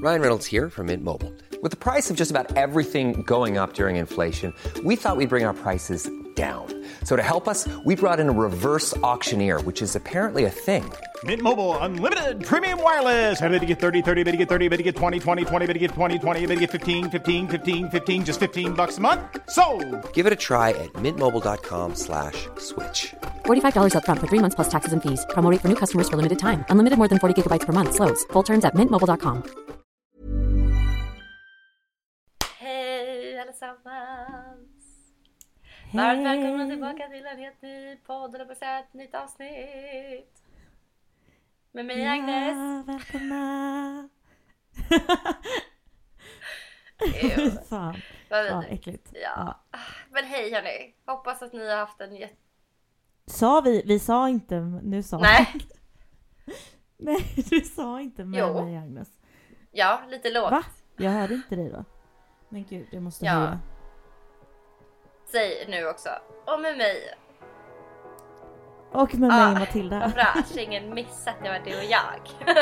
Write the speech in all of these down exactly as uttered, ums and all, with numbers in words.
Ryan Reynolds here from Mint Mobile. With the price of just about everything going up during inflation, we thought we'd bring our prices down. So to help us, we brought in a reverse auctioneer, which is apparently a thing. Mint Mobile Unlimited Premium Wireless. How to get thirty, thirty, how to get thirty, how to get twenty, twenty, twenty, how to get twenty, twenty, how to get fifteen, fifteen, fifteen, fifteen, just fifteen bucks a month? Sold! Give it a try at mintmobile.com slash switch. forty-five dollars up front for three months plus taxes and fees. Promo rate for new customers for limited time. Unlimited more than forty gigabytes per month. Slows full terms at mint mobile dot com. Hej allesammans! Varmt välkomna tillbaka till en helt ny podd, eller på ett nytt avsnitt. Med mig Agnes. Ja, välkomna. Ew. Fan, Vad ja, vidrigt. äckligt. Ja. Ja. Men hej hörni, hoppas att ni har haft en jätte... Sa vi, vi sa inte, nu sa Nej. Nej, du sa inte med Jo. mig Agnes. Ja, lite lågt. Va? Jag hörde inte dig då. Men gud, jag måste Ja. höra. Säg nu också. Och med mig. Och med Ah, mig Matilda. Vad bra, så ingen missat att det var du och jag.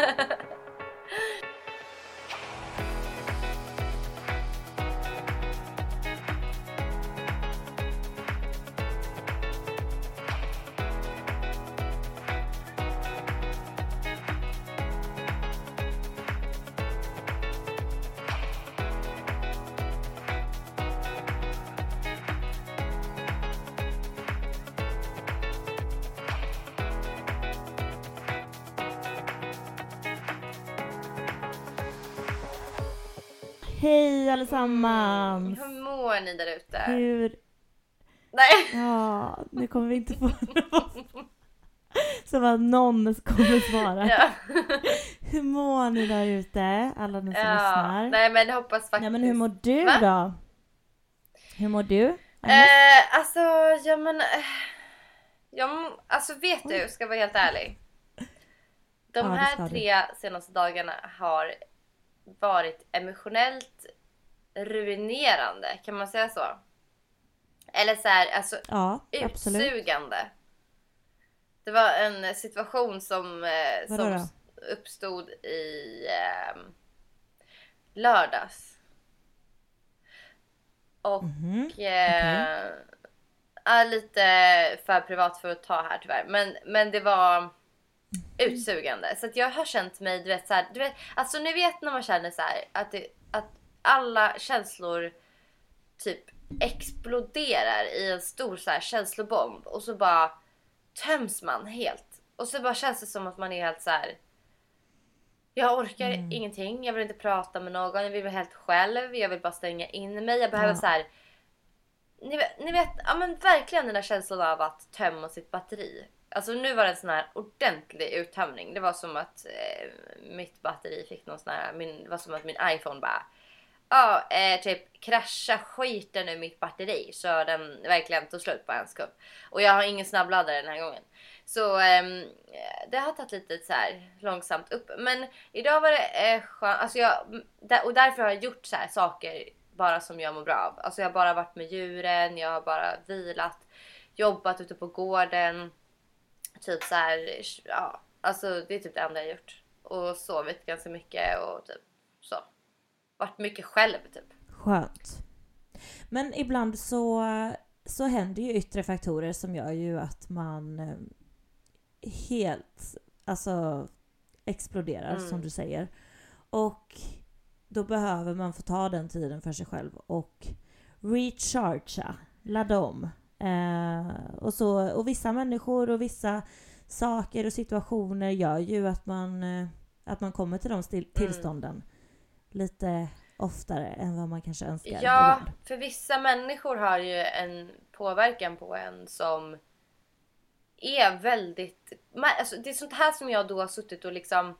Hej allesammans. Hur mår ni där ute? Hur... Nej. Ja, nu kommer vi inte få... Som att någon kommer svara. Ja. Hur mår ni där ute? Alla ni som Ja. lyssnar. Nej men jag hoppas faktiskt. Ja, men hur mår du Va? då? Hur mår du? Eh, alltså, ja men... Eh, jag, alltså vet du, ska jag vara helt ärlig. De Ja, det här ska du. tre senaste dagarna har varit emotionellt ruinerande, kan man säga så? Eller så här, alltså Ja, absolut. utsugande. Det var en situation som, eh, Vadå som då? uppstod i eh, lördags. Och Mhm, eh, är lite för privat för att ta här tyvärr. Men, men det var utsugande. Så att jag har känt mig, du vet, så här, du vet, alltså ni vet när man känner så här, att, det, att alla känslor typ exploderar i en stor så här känslobomb. Och så bara töms man helt. Och så bara känns det som att man är helt så här. Jag orkar Mm. ingenting. Jag vill inte prata med någon. Jag vill vara helt själv. Jag vill bara stänga in mig. Jag behöver Ja. så här. Ni vet, ni vet, ja men verkligen den där känslan av att tömma sitt batteri. Alltså nu var det en sån här ordentlig uttömning. Det var som att eh, mitt batteri fick någon sån här, min, det var som att min iPhone bara, ja eh, typ krascha skiten ur mitt batteri. Så den verkligen tog slut på en sekund. Och jag har ingen snabbladdare den här gången. Så ehm, det har tagit lite så här långsamt upp. Men idag var det eh, skönt. Alltså jag, där, och därför har jag gjort så här saker bara som jag mår bra av. Alltså jag har bara varit med djuren. Jag har bara vilat. Jobbat ute på gården. Typ så här, ja. Alltså det är typ det enda jag har gjort. Och sovit ganska mycket och typ så. Varit mycket själv typ. Skönt. Men ibland så, så händer ju yttre faktorer som gör ju att man eh, helt alltså exploderar Mm. som du säger. Och då behöver man få ta den tiden för sig själv och rechargea, ladda om. Eh, och, så, och vissa människor och vissa saker och situationer gör ju att man, eh, att man kommer till de still- tillstånden lite oftare än vad man kanske önskar. Ja, ibland. för vissa människor har ju en påverkan på en som är väldigt... Alltså det är sånt här som jag då har suttit och liksom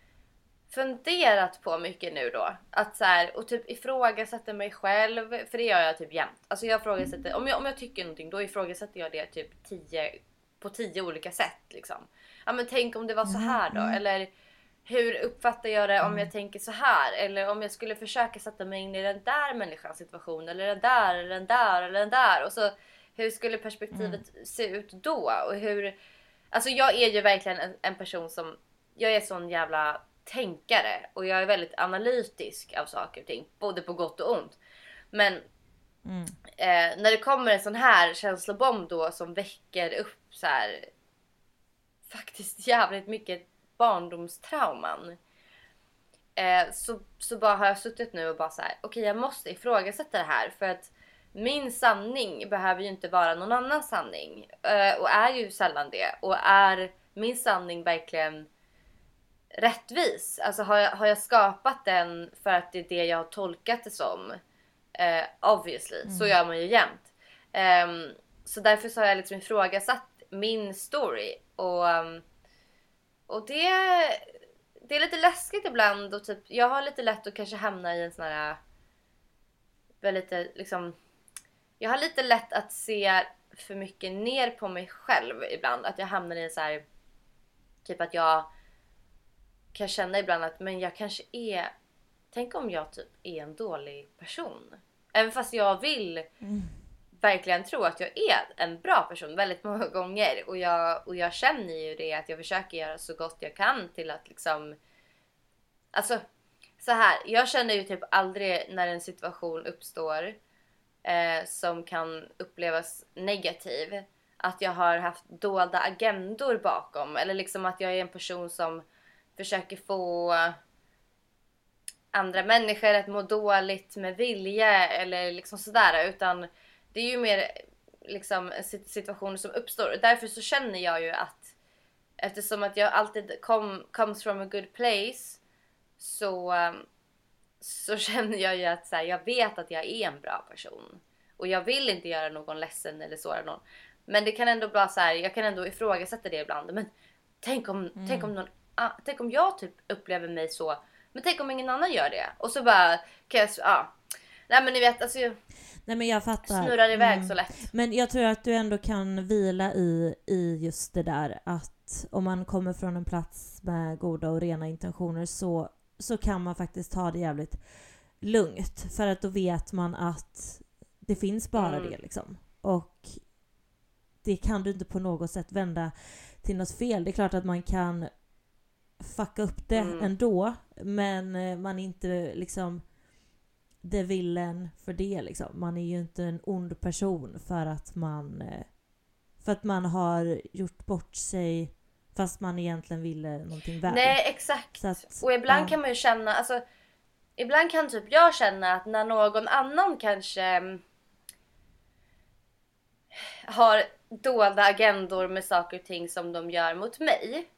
funderat på mycket nu då. Att så här, och typ ifrågasätta mig själv. För det gör jag typ jämt. Alltså jag ifrågasätter, om jag, om jag tycker någonting då ifrågasätter jag det typ tio, på tio olika sätt liksom. Ja men tänk om det var så här då. Eller hur uppfattar jag det om jag tänker så här? Eller om jag skulle försöka sätta mig in i den där människans situation. Eller den där, eller den där, eller den där. Och så hur skulle perspektivet mm. se ut då? Och hur... Alltså jag är ju verkligen en, en person som... Jag är sån jävla tänkare. Och jag är väldigt analytisk av saker och ting. Både på gott och ont. Men mm. eh, när det kommer en sån här känslobomb då som väcker upp så här faktiskt jävligt mycket barndomstrauman. Eh, så, så bara har jag suttit nu och bara så här, okej okay, jag måste ifrågasätta det här. För att min sanning behöver ju inte vara någon annan sanning. Eh, och är ju sällan det. Och är min sanning verkligen rättvis? Alltså har jag, har jag skapat den för att det är det jag har tolkat det som? Eh, obviously, mm. så gör man ju jämt. Um, så därför så har jag liksom ifrågasatt min story. Och, um, och det, det är lite läskigt ibland. Och typ, jag har lite lätt att kanske hamna i en sån här... Lite, liksom, jag har lite lätt att se för mycket ner på mig själv ibland. Att jag hamnar i en så här... Typ att jag kan känna ibland att men jag kanske är... Tänk om jag typ är en dålig person. Även fast jag vill mm. verkligen tro att jag är en bra person väldigt många gånger. Och jag, och jag känner ju det att jag försöker göra så gott jag kan till att liksom... Alltså, så här. Jag känner ju typ aldrig när en situation uppstår eh, som kan upplevas negativ. Att jag har haft dolda agendor bakom. Eller liksom att jag är en person som försöker få andra människor att må dåligt med vilja. Eller liksom sådär. Utan det är ju mer liksom situationer som uppstår. Och därför så känner jag ju att eftersom att jag alltid kom, comes from a good place. Så, så känner jag ju att så här, jag vet att jag är en bra person. Och jag vill inte göra någon ledsen eller såra någon. Men det kan ändå vara så här, jag kan ändå ifrågasätta det ibland. Men tänk om, mm. tänk om någon, ah, tänk om jag typ upplever mig så. Men tänk om ingen annan gör det. Och så bara, kan jag, ah. Nej men ni vet, alltså jag, Nej, men jag fattar. Snurrar iväg mm. så lätt. Men jag tror att du ändå kan vila i, i just det där. Att om man kommer från en plats med goda och rena intentioner så, så kan man faktiskt ta det jävligt lugnt. För att då vet man att det finns bara mm. det liksom. Och det kan du inte på något sätt vända till något fel. Det är klart att man kan fucka upp det mm. ändå. Men man är inte liksom det villen för det liksom. Man är ju inte en ond person för att man för att man har gjort bort sig fast man egentligen ville någonting väl. Nej, exakt. Att, och ibland ja. kan man ju känna, alltså ibland kan typ jag känna att när någon annan kanske har dolda agendor med saker och ting som de gör mot mig.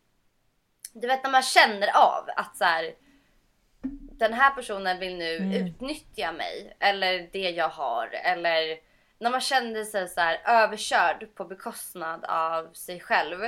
Du vet när man känner av att så här, den här personen vill nu mm. utnyttja mig eller det jag har, eller när man känner sig så här överkörd på bekostnad av sig själv.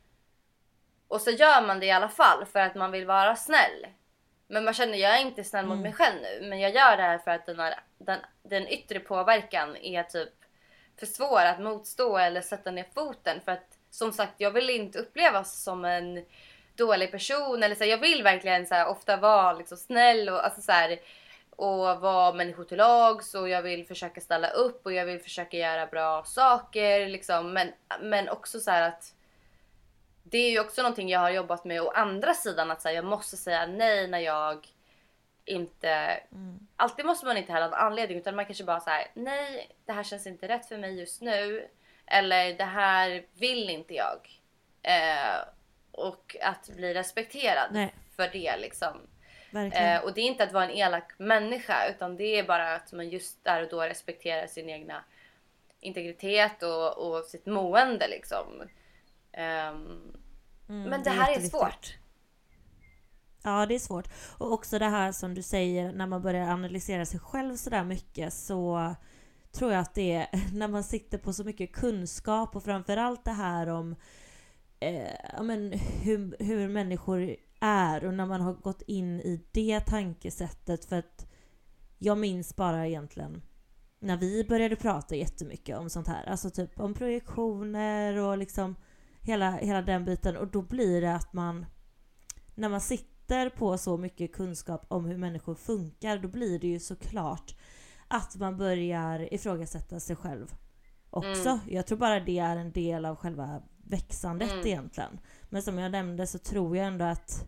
Och så gör man det i alla fall för att man vill vara snäll. Men man känner jag är inte snäll mm. mot mig själv nu, men jag gör det här för att den, här, den, den yttre påverkan är typ för svår att motstå eller sätta ner foten. För att som sagt, jag vill inte upplevas som en dålig person. Eller så här, jag vill verkligen så här, ofta vara liksom snäll och, alltså, så här, och vara människor till lags. Och jag vill försöka ställa upp och jag vill försöka göra bra saker. Liksom. Men, men också så här att det är ju också någonting jag har jobbat med. Å andra sidan att så här, jag måste säga nej när jag inte... Mm. Alltid måste man inte heller ha en anledning. Utan man kanske bara säger nej, det här känns inte rätt för mig just nu. Eller det här vill inte jag. Eh, och att bli respekterad nej. För det liksom. Eh, och det är inte att vara en elak människa. Utan det är bara att man just där och då respekterar sin egna integritet och, och sitt mående liksom. Um, mm, men det, det här är svårt. Ja, det är svårt. Och också det här som du säger, när man börjar analysera sig själv så där mycket, så tror jag att det är när man sitter på så mycket kunskap och framförallt det här om eh, ja, men hur, hur människor är och när man har gått in i det tankesättet. För att jag minns bara egentligen när vi började prata jättemycket om sånt här, alltså typ om projektioner och liksom hela, hela den biten. Och då blir det att man, när man sitter på så mycket kunskap om hur människor funkar, då blir det ju såklart att man börjar ifrågasätta sig själv också. Mm. Jag tror bara det är en del av själva växandet mm. egentligen. Men som jag nämnde så tror jag ändå att,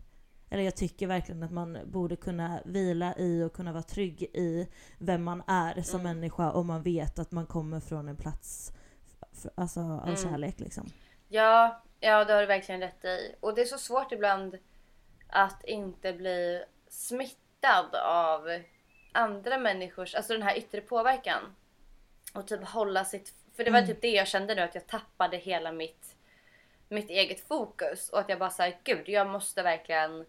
eller jag tycker verkligen att man borde kunna vila i och kunna vara trygg i vem man är som Mm. människa, om man vet att man kommer från en plats f- alltså, av Mm. kärlek liksom. Ja, ja, det har du verkligen rätt i. Och det är så svårt ibland att inte bli smittad av andra människors, alltså den här yttre påverkan. Och typ hålla sitt, för det var Mm. typ det jag kände nu, att jag tappade hela mitt mitt eget fokus. Och att jag bara sa, gud, jag måste verkligen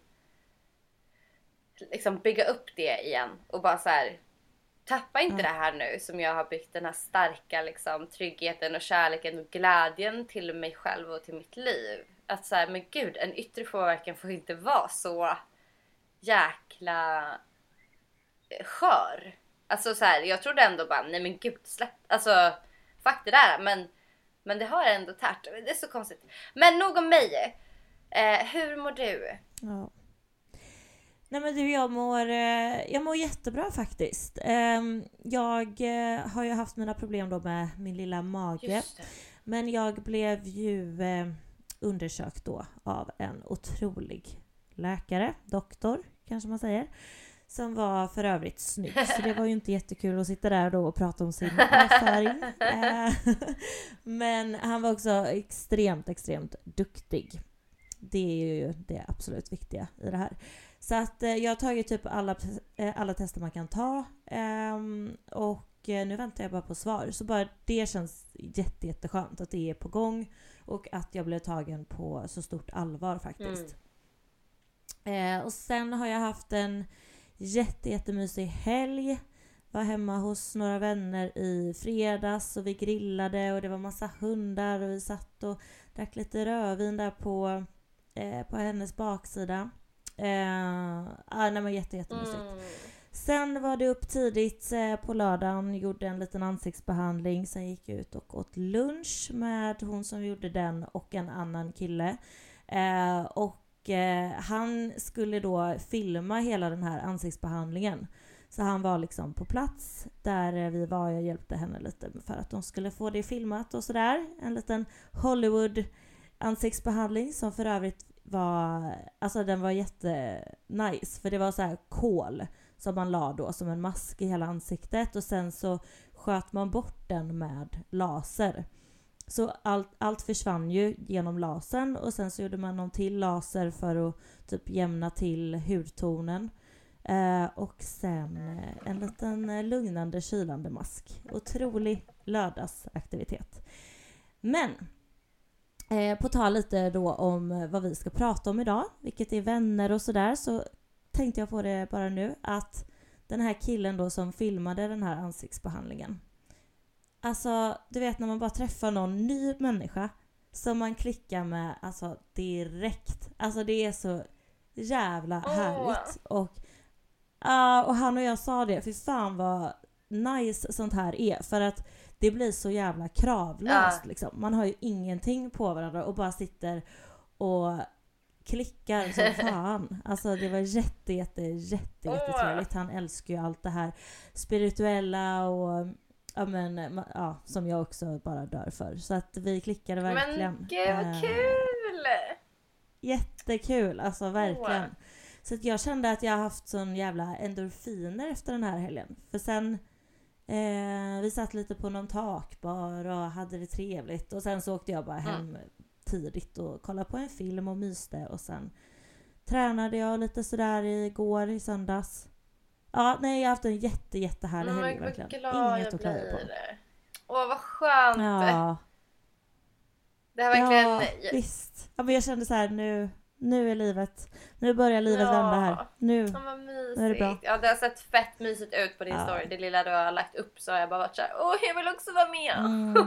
liksom bygga upp det igen. Och bara så här, tappa inte Mm. det här nu som jag har byggt, den här starka liksom tryggheten och kärleken och glädjen till mig själv och till mitt liv. Att så här, men gud, en yttre påverkan får inte vara så jäkla skör. Alltså så här, jag trodde ändå bara, nej men gud, släpp, alltså fuck det där, men men det har ändå tärt. Det är så konstigt. Men nog om mig. Eh, hur mår du? Ja. Nej men du, jag mår, eh, jag mår jättebra faktiskt. Ehm, jag eh, har ju haft mina problem då med min lilla mage. Just det. Men jag blev ju eh, undersökt då av en otrolig läkare, doktor kanske man säger, som var för övrigt snygg. Så det var ju inte jättekul att sitta där då och prata om sin avföring. Eh, Men han var också extremt, extremt duktig. Det är ju det absolut viktiga i det här. Så att eh, jag har tagit typ alla, eh, alla tester man kan ta. ehm, och eh, nu väntar jag bara på svar. Så bara det känns jätte, jätteskönt att det är på gång. Och att jag blev tagen på så stort allvar faktiskt. Eh, och sen har jag haft en jätte, jättemysig helg. Var hemma hos några vänner i fredags och vi grillade och det var massa hundar och vi satt och drack lite rödvin där på, eh, på hennes baksida. Eh, ah, nej, men jätte, jättemysigt. Mm. Sen var det upp tidigt eh, på lördagen, gjorde en liten ansiktsbehandling. Sen gick jag ut och åt lunch med hon som gjorde den och en annan kille. Eh, och eh, han skulle då filma hela den här ansiktsbehandlingen. Så han var liksom på plats där vi var. Jag hjälpte henne lite för att de skulle få det filmat och sådär. En liten Hollywood ansiktsbehandling som för övrigt var, alltså den var jätte nice. För det var så här kol som man la då som en mask i hela ansiktet. Och sen så sköt man bort den med laser. Så allt, allt försvann ju genom lasern. Och sen så gjorde man någon till laser för att typ jämna till hudtonen. Eh, och sen eh, en liten eh, lugnande kylande mask. Otrolig lördagsaktivitet. Men eh, på tal lite då om eh, vad vi ska prata om idag, vilket är vänner och sådär, så tänkte jag på det bara nu att den här killen då som filmade den här ansiktsbehandlingen, alltså du vet när man bara träffar någon ny människa som man klickar med alltså direkt, alltså det är så jävla härligt. Och Uh, och han och jag sa det, för fan vad nice sånt här är. För att det blir så jävla kravlöst. Uh. Liksom. Man har ju ingenting på varandra och bara sitter och klickar som fan. Alltså det var jätte, jätte, jätte, jättetrevligt. Han älskar ju allt det här spirituella och ja, men, ja, som jag också bara dör för. Så att vi klickade verkligen. Men gud vad uh, kul! Jättekul, alltså verkligen. Oh. Så att jag kände att jag har haft sån jävla endorfiner efter den här helgen. För sen, eh, vi satt lite på någon takbar och hade det trevligt. Och sen så åkte jag bara hem mm. tidigt och kollade på en film och myste. Och sen tränade jag lite sådär igår i söndags. Ja, nej jag har haft en jätte, jättehärlig helg mm, verkligen. Glad Inget att klaga på. Åh, vad skönt! Ja. Det här verkligen... Ja, visst. Ja, men jag kände så här nu... Nu är livet, nu börjar livet ja. vända här. Nu, ja, vad mysigt. nu är det bra. Ja, det har sett fett mysigt ut på din ja. story. Det lilla du har lagt upp så har jag bara varit såhär, åh jag vill också vara med. Mm.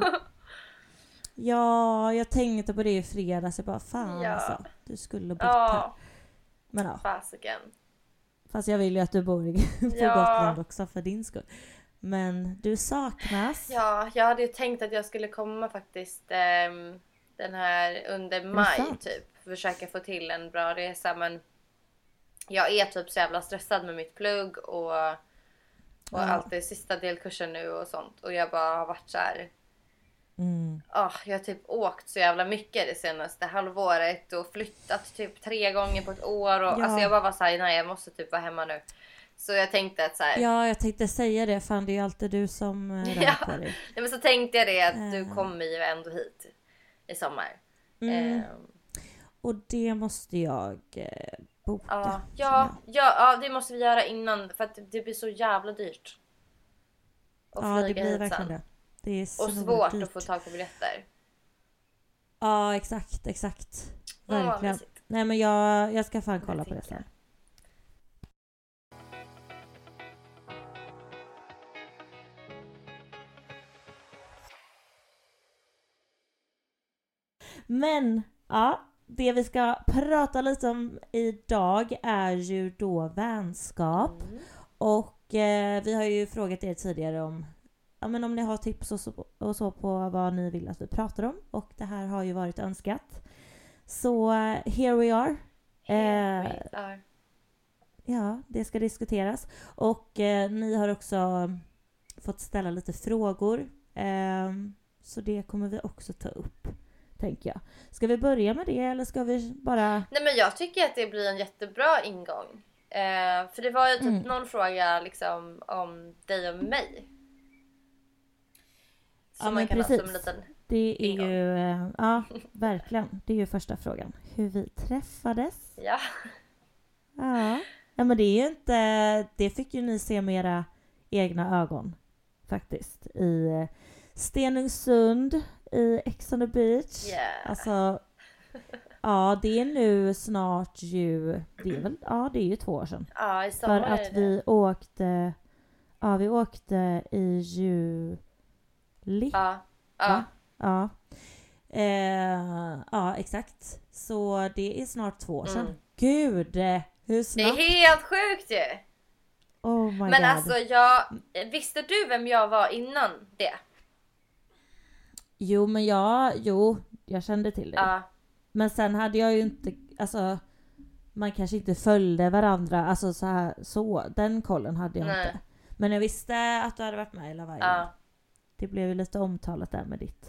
Ja, jag tänkte på det i fredags. Jag bara, fan ja. alltså, du skulle bort ja. här. Men ja. Fasiken. Fast jag vill ju att du bor på ja. Gotland också för din skull. Men du saknas. Ja, jag hade ju tänkt att jag skulle komma faktiskt ähm, den här under maj typ. Försöka få till en bra resa, men jag är typ så jävla stressad med mitt plugg och, och ja. allt det sista delkursen nu och sånt, och jag bara har varit så här, Mm. Oh, jag har typ åkt så jävla mycket det senaste halvåret och flyttat typ tre gånger på ett år. Och, Ja. Alltså jag bara var såhär, nej jag måste typ vara hemma nu. Så jag tänkte att så här, Ja, jag tänkte säga det. Fan, det är ju alltid du som eh, rör ja. på dig. Nej, men så tänkte jag det att du Eh. kommer ju ändå hit i sommar. Mm. Eh, Och det måste jag eh, boka. ja, ja, ja, ja, det måste vi göra innan för att det blir så jävla dyrt. Att Ja, det flyga blir hit verkligen sen. det. Det är så Och svårt dyrt. att få tag på biljetter. Ja, exakt, exakt. Åh, vad Verkligen. mysigt. Nej, men jag, jag ska fan kolla Det på det tänker sen. Men, ja, det vi ska prata lite om idag är ju då vänskap. Mm. Och eh, vi har ju frågat er tidigare om, ja, men om ni har tips och så, och så på vad ni vill att vi pratar om. Och det här har ju varit önskat. Så eh, here we are. Eh, Wait, ja. ja, det ska diskuteras. Och eh, ni har också fått ställa lite frågor. Eh, så det kommer vi också ta upp, tänker jag. Ska vi börja med det eller ska vi bara... Nej men jag tycker att det blir en jättebra ingång. Eh, för det var ju typ Mm. någon fråga liksom om dig och mig. Som Ja, man men kan ha precis. som en liten... Det är ingång. ju, eh, ja, verkligen. Det är ju första frågan. Hur vi träffades. Ja. Ja. Ja, men det är ju inte... Det fick ju ni se med era egna ögon, faktiskt. I eh, Stenungsund, i Ex on the Beach. Yeah. Alltså, ja, det är nu snart ju... Det är väl, ja, det är ju två år sedan. Ja, i sommar För är att det. vi åkte... Ja, vi åkte i juli. Ja. Ja. Va? Ja. Eh, ja, exakt. Så det är snart två år sedan. Mm. Gud, eh, hur Det är snabbt? helt sjukt ju. Oh my Men god. alltså jag... Visste du vem jag var innan det? Jo, men jag, jo, jag kände till det. Ja. Men sen hade jag ju inte, alltså, man kanske inte följde varandra, alltså så här, så, den kollen hade jag Nej. inte. Men jag visste att du hade varit med i Love Island. Ja. Det blev ju lite omtalat där med ditt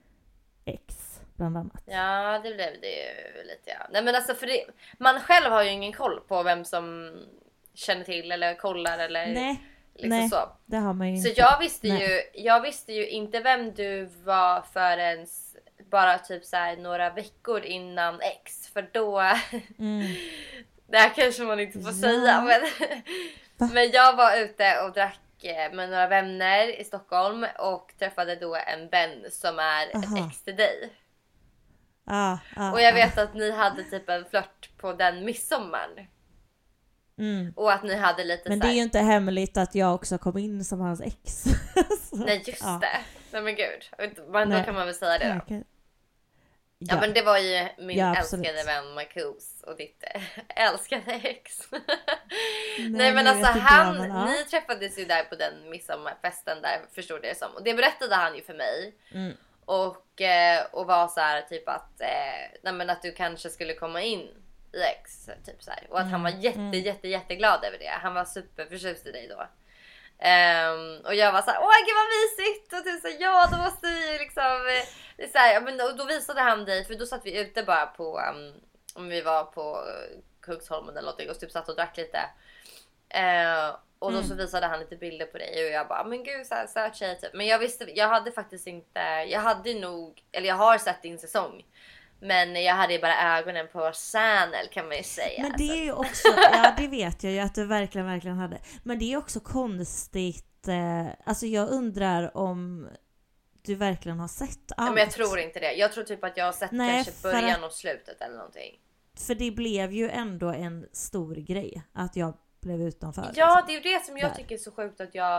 ex, bland annat. Ja, det blev det ju lite, ja. Nej men alltså för det, man själv har ju ingen koll på vem som känner till eller kollar eller Nej, liksom nej, så. det har man ju Så inte. jag visste Nej. ju, jag visste ju inte vem du var förrän bara typ så här några veckor innan ex. För då, Mm. det här kanske man inte får Ja. säga men, Va? men jag var ute och drack med några vänner i Stockholm och träffade då en vän som är Aha. ett ex till dig. Ah, ah, Och jag ah. vet att ni hade typ en flört på den midsommaren. Mm. Och att ni hade lite Men så det här, är ju inte hemligt att jag också kom in som hans ex. Så, nej just ja. det. Nej men gud. Men då Nej. kan man väl säga det då. Jag kan- Ja, men det var ju min Ja, absolut. älskade vän Marcus och ditt eh, älskade ex. Nej, Nej, men nu alltså vet inte han, jag, men ja. ni träffades ju där på den midsommarfesten där förstod jag det som. Och det berättade han ju för mig. Mm. Och, eh, och var så här typ att, eh, nej, men att du kanske skulle komma in i ex. Typ så här. Och att han var jätte, mm. jätte, jätteglad över det. Han var superförtjust i dig då. Ehm, och jag var så här, åh gud vad mysigt och du sa ja då måste vi ju liksom eh, det är så här, ja, men och då visade han dig för då satt vi ute bara på um, om vi var på uh, Kungsholmen eller någonting och typ satt och drack lite uh, och då Mm. så visade han lite bilder på dig och jag bara men gud så här söt tjej typ. Men jag visste, jag hade faktiskt inte, jag hade nog, eller jag har sett din säsong. Men jag hade ju bara ögonen på Chanel kan man ju säga. Men det alltså. är ju också, ja det vet jag ju att du verkligen, verkligen hade. Men det är också konstigt, eh, alltså jag undrar om du verkligen har sett allt. Nej, men jag tror inte det. Jag tror typ att jag har sett Nej, kanske för början att- och slutet eller någonting. För det blev ju ändå en stor grej att jag blev utanför. Ja, liksom. det är ju det som jag Där. tycker är så sjukt att jag...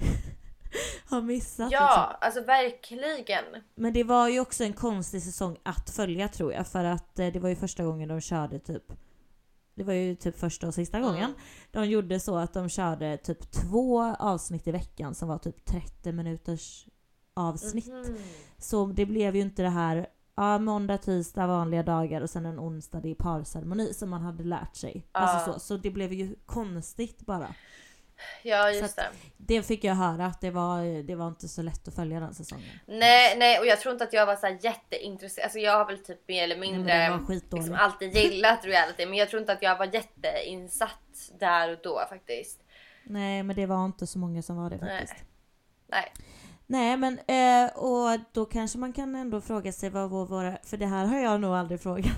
Har missat Ja, liksom. alltså verkligen. Men det var ju också en konstig säsong att följa tror jag. För att eh, det var ju första gången de körde typ... Det var ju typ första och sista gången. Mm. De gjorde så att de körde typ två avsnitt i veckan som var typ trettio minuters avsnitt. Mhm. Så det blev ju inte det här ja, måndag, tisdag, vanliga dagar och sen en onsdag det är parceremoni som man hade lärt sig. Ja. Alltså så, så det blev ju konstigt bara. Ja, just så att, det. Det fick jag höra att det var, det var inte så lätt att följa den säsongen. Nej, nej, och jag tror inte att jag var så här jätteintresserad. Alltså jag har väl typ mer eller mindre nej, liksom alltid gillat reality. Men jag tror inte att jag var jätteinsatt där och då faktiskt. Nej, men det var inte så många som var det faktiskt. Nej. Nej, men eh, och då kanske man kan ändå fråga sig vad våra... För det här har jag nog aldrig frågat.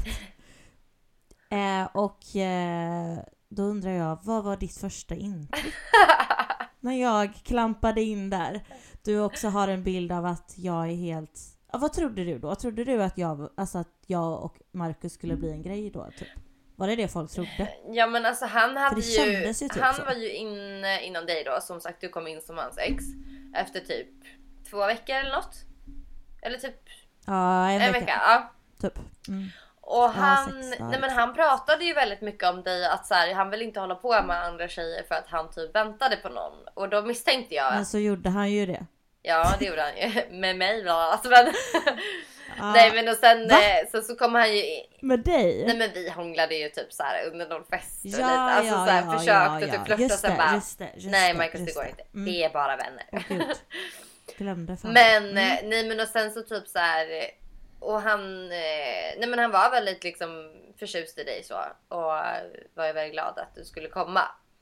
eh, och eh, då undrar jag, vad var ditt första intryck? När jag klampade in där. Du också har en bild av att jag är helt... Ja, vad trodde du då? Trodde du att jag, alltså att jag och Marcus skulle bli en grej då? Typ? Var det det folk trodde? Ja, men alltså han hade ju... ju typ han så. var ju inne inom dig då. Som sagt, du kom in som hans ex. Efter typ två veckor eller något. Eller typ... Ja, en, en vecka. vecka. Ja. Typ. Mm. Och han, sex dagar. nej men han pratade ju väldigt mycket om dig att så här, han vill inte hålla på med andra tjejer för att han typ väntade på någon. Och då misstänkte jag. Men så gjorde han ju det. Ja, det gjorde han ju. Med mig bland annat. Men... Ah, nej men och sen va? så, så kom han ju... Med dig? Nej men vi hånglade ju typ så här under någon fest. Ja, och lite. Alltså ja, så här, ja, försökte ja, typ ja. flörta Just sen det, bara. just det, just nej det, Marcus, just det går det. inte. Mm. Vi är bara vänner. Åh, Gud. Glömde fan. Men Mm. nej men och sen så typ så här. Och han eh, nej men han var väldigt liksom förtjust i dig så. Och var ju väldigt glad att du skulle komma.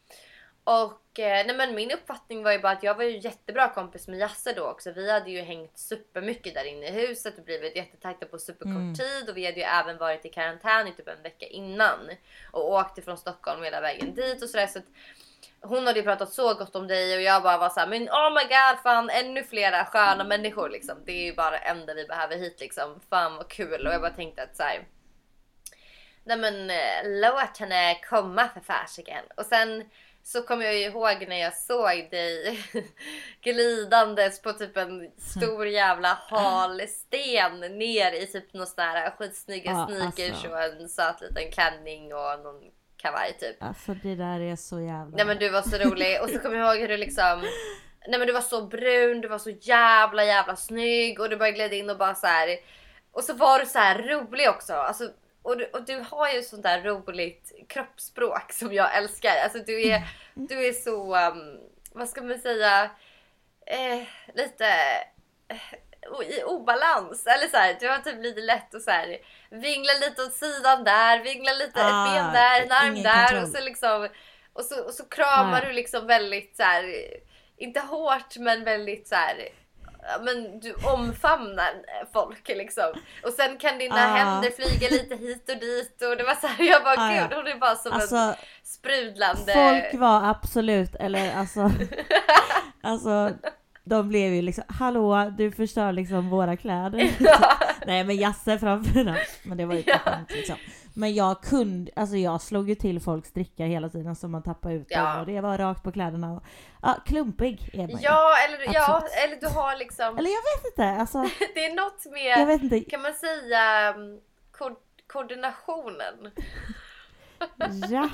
Och eh, nej men min uppfattning var ju bara att jag var ju jättebra kompis med Jasse då också. Vi hade ju hängt supermycket där inne i huset och blivit jättetajta på superkort Mm. tid. Och vi hade ju även varit i karantän i typ en vecka innan. Och åkte från Stockholm hela vägen dit och sådär. Så att hon hade ju pratat så gott om dig och jag bara var så här, men oh my god, fan ännu flera sköna människor liksom. Det är ju bara enda vi behöver hit liksom. Fan vad kul. Och jag bara tänkte att så här, nej men låt henne komma för färsiken. Och sen så kom jag ju ihåg när jag såg dig glidandes på typ en stor jävla hal sten ner i typ någon sån här skitsnygga Ja, sneakers alltså. och en söt liten klänning och någon kavaj typ. Alltså det där är så jävla... Nej men du var så rolig. Och så kommer jag ihåg hur du liksom... Nej men du var så brun, du var så jävla jävla snygg. Och du bara gled in och bara så här. Och så var du så här rolig också. Alltså, och, du, och du har ju sånt där roligt kroppsspråk som jag älskar. Alltså du är, du är så... Um, vad ska man säga? Eh, lite... Eh, i obalans. Eller så här, du har typ lite lätt att så här, vingla lite åt sidan där. Vingla lite Ah, ett ben där, en arm ingen där. kontroll. Och så liksom... Och så, och så kramar Ah. du liksom väldigt så här, inte hårt men väldigt så här, ja, men du omfamnar folk liksom. Och sen kan dina Ah. händer flyga lite hit och dit och det var så här, jag bara Ah, ja. gud, hon är bara som Alltså, en sprudlande. folk var absolut, eller alltså... alltså... De blev ju liksom, hallå, du förstör liksom våra kläder. Nej, men Jasse framförallt. Men det var ju inte Ja. skämt liksom. Men jag kunde, alltså jag slog ju till folks dricka hela tiden som man tappade ut Ja. dem. Och det var rakt på kläderna. Ja, klumpig är man ju. Ja, eller, ja, Absolut. eller du har liksom, Eller jag vet inte, alltså. det är något Jag med, vet inte. kan man säga, um, ko- koordinationen. Ja.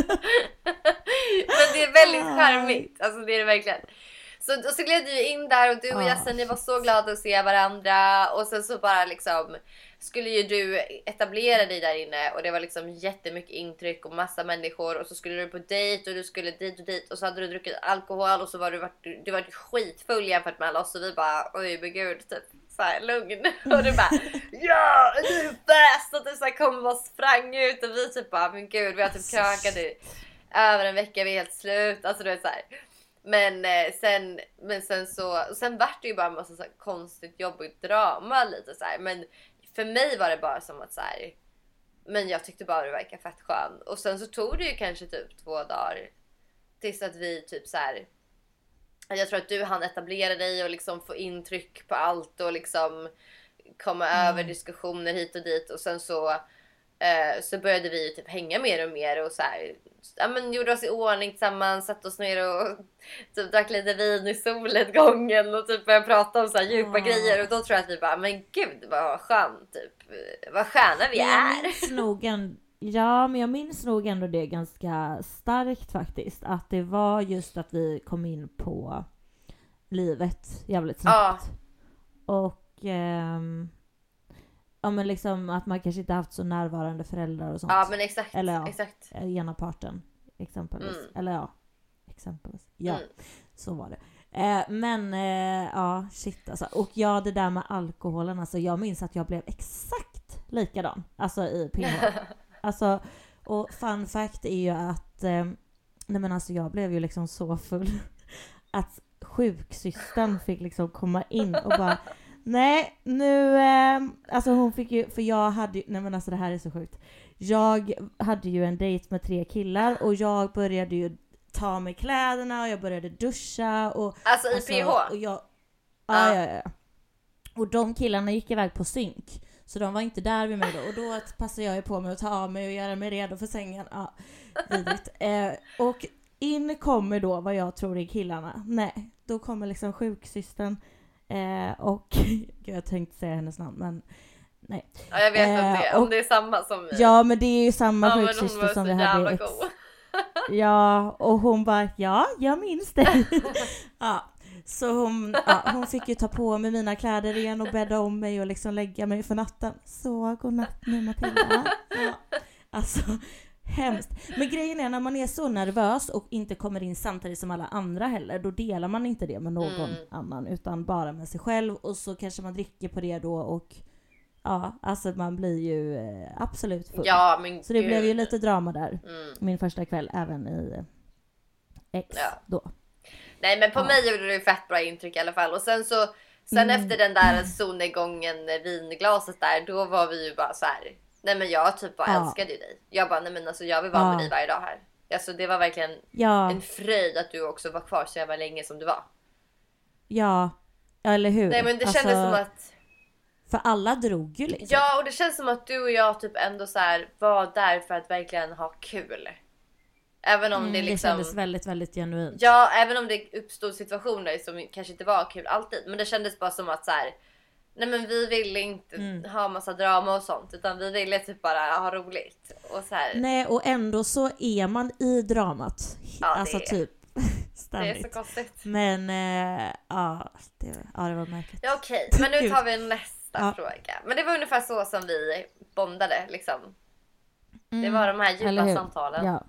Men det är väldigt charmigt. Alltså det är det verkligen. Så, och så gled du in där och du och Ja. Jasse, ni var så glada att se varandra. Och sen så bara liksom skulle ju du etablera dig där inne. Och det var liksom jättemycket intryck och massa människor. Och så skulle du på dejt och du skulle dit och dit. Och så hade du druckit alkohol och så var du, varit, du var skitfull jämfört med alla oss. Och vi bara, oj men gud, typ såhär lugn. Och du bara, ja nu är det bäst. Och du så här kom och bara sprang ut. Och vi typ bara, men gud vi har typ krökat i över en vecka, vi är helt slut. Alltså du vet såhär. Men eh, sen men sen så sen vart det ju bara en massa så här konstigt jobbigt drama lite så här. Men för mig var det bara som att så här, men jag tyckte bara det verkar fett skön. Och sen så tog det ju kanske typ två dagar tills att vi typ så här, jag tror att du hann etablera dig och liksom få intryck på allt och liksom komma Mm. över diskussioner hit och dit. Och sen så eh, så började vi ju typ hänga mer och mer och så här, ja men gjorde oss i ordning tillsammans, satt oss ner och typ drack lite vin i solnedgången och typ började prata om så här djupa Ja. grejer. Och då tror jag att vi bara, men gud vad skönt typ, vad sköna vi Jag är. minns nog en, ja, men jag minns nog ändå det ganska starkt faktiskt. Att det var just att vi kom in på livet jävligt snabbt. Och ehm, ja, men liksom att man kanske inte haft så närvarande föräldrar och sånt. Ja men exakt, Eller ja. exakt. Ena parten exempelvis. Mm. Eller ja, exempel. Ja, Mm. så var det. Eh, men eh, ja, shit alltså. Och ja, det där med alkoholen, alltså jag minns att jag blev exakt likadan. Alltså i P H. Alltså, och fun fact är ju att eh, nej men alltså jag blev ju liksom så full att sjuksystern fick liksom komma in och bara nej, nu eh, alltså hon fick ju, för jag hade ju, nej men alltså det här är så sjukt. Jag hade ju en dejt med tre killar och jag började ju ta med kläderna och jag började duscha och Alltså i alltså, P H? och jag, Ja. ja, ja, ja. Och de killarna gick iväg på synk. Så de var inte där vid mig då. Och då passade jag ju på mig att ta av mig och göra mig redo för sängen. Ja, vidrigt. Eh, och in kommer då vad jag tror är killarna. Nej, då kommer liksom sjuksystern. Eh, och gud, jag tänkte säga hennes namn, men nej. Ja, jag vet Eh, att det är. Om det är samma som... Ja, men det är ju samma ja, men hon sjuksyster var som så vi jävla hade i ex. god. Ja, och hon bara, ja, jag minns det. Ja, så hon, ja, hon fick ju ta på mig mina kläder igen och bädda om mig och liksom lägga mig för natten. Så godnatt nu Matilda. Ja, alltså, hemskt. Men grejen är när man är så nervös och inte kommer in samtidigt som alla andra heller, då delar man inte det med någon Mm. annan utan bara med sig själv och så kanske man dricker på det då och ja, alltså man blir ju eh, absolut full. Ja, men Så det gud. blev ju lite drama där. Mm. Min första kväll även i X Ja. då. Nej, men på Ja. mig gjorde det ju fett bra intryck i alla fall. Och sen så, sen Mm. efter den där solnedgången, vinglaset där, då var vi ju bara så här. Nej men jag typ bara Ja. älskade ju dig. Jag bara, nej men alltså jag vill vara Ja. med dig varje dag här. Alltså det var verkligen Ja, en fröjd att du också var kvar så jävla länge som du var. ja, eller hur? Nej men det Alltså, kändes som att... för alla drog ju liksom. Ja, och det känns som att du och jag typ ändå så här var där för att verkligen ha kul. Även om Mm, det det liksom... kändes väldigt, väldigt genuint. Ja, även om det uppstod situationer som kanske inte var kul alltid. Men det kändes bara som att så här, nej men vi ville inte Mm. ha massa drama och sånt. Utan vi ville typ bara ha roligt. Och så här, Nej, och ändå så är man i dramat. Ja, det alltså är- typ det är så ständigt. konstigt. Men eh, ja, det, ja, det var märkligt. Ja, okej, men nu Gud. tar vi nästa Ja. fråga. Men det var ungefär så som vi bondade liksom. Det Mm, var de här eller djupa hur? samtalen. Ja.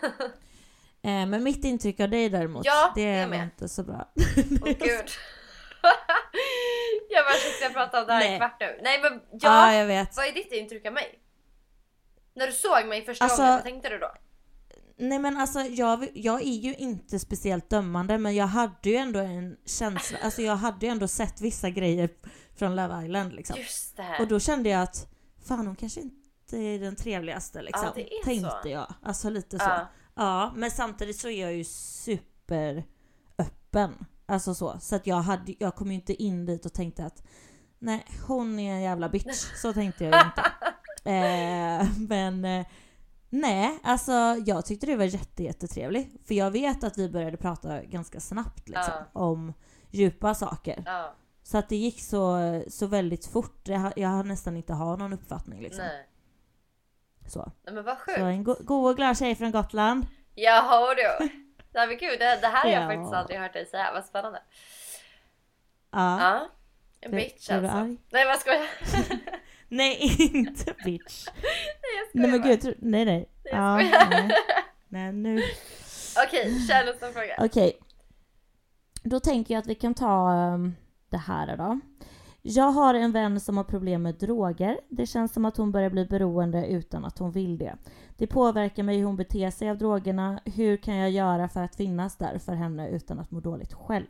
eh, men mitt intryck av dig däremot, Ja, det det var med. inte så bra. Åh gud. Jag bara ska jag prata om det här Nej. i kvart nu. Nej men Ja, ja, jag vet. vad är ditt intryck av mig? När du såg mig första Alltså- gången, vad tänkte du då? Nej men alltså jag, jag är ju inte speciellt dömande, men jag hade ju ändå en känsla, alltså jag hade ju ändå sett vissa grejer från Love Island liksom. Just det här. Och då kände jag att fan, hon kanske inte är den trevligaste liksom. Ja, det är tänkte så. jag. Alltså lite så. Ja. Ja, men samtidigt så är jag ju super öppen. Alltså så. Så att jag, hade, jag kom ju inte in dit och tänkte att nej, hon är en jävla bitch. Så tänkte jag ju inte. eh, men eh, nej, alltså jag tyckte det var jätte, jättetrevligt. För jag vet att vi började prata ganska snabbt liksom, om djupa saker. Ja, Så att det gick så, så väldigt fort. Jag, har- jag har nästan inte har någon uppfattning liksom. nej. Så. Nej men vad Så sjukt. en go- god och glad tjej från Gotland. Jaha du. Nej men gud, det, det här har jag Ja. faktiskt aldrig hört dig säga. Vad spännande. Ja. Ja. En Blev- bitch blev du alltså. arg? Nej vad skojar. Nej, inte bitch. Nej jag skojar Nej men bara. gud, tro- nej nej. Jag Ja, skojar. nej. Nej nu. Okej, kör nästa fråga. Okej. Då tänker jag att vi kan ta um, det här då. Jag har en vän som har problem med droger. Det känns som att hon börjar bli beroende utan att hon vill det. Det påverkar mig hur hon beter sig av drogerna. Hur kan jag göra för att finnas där för henne utan att må dåligt själv?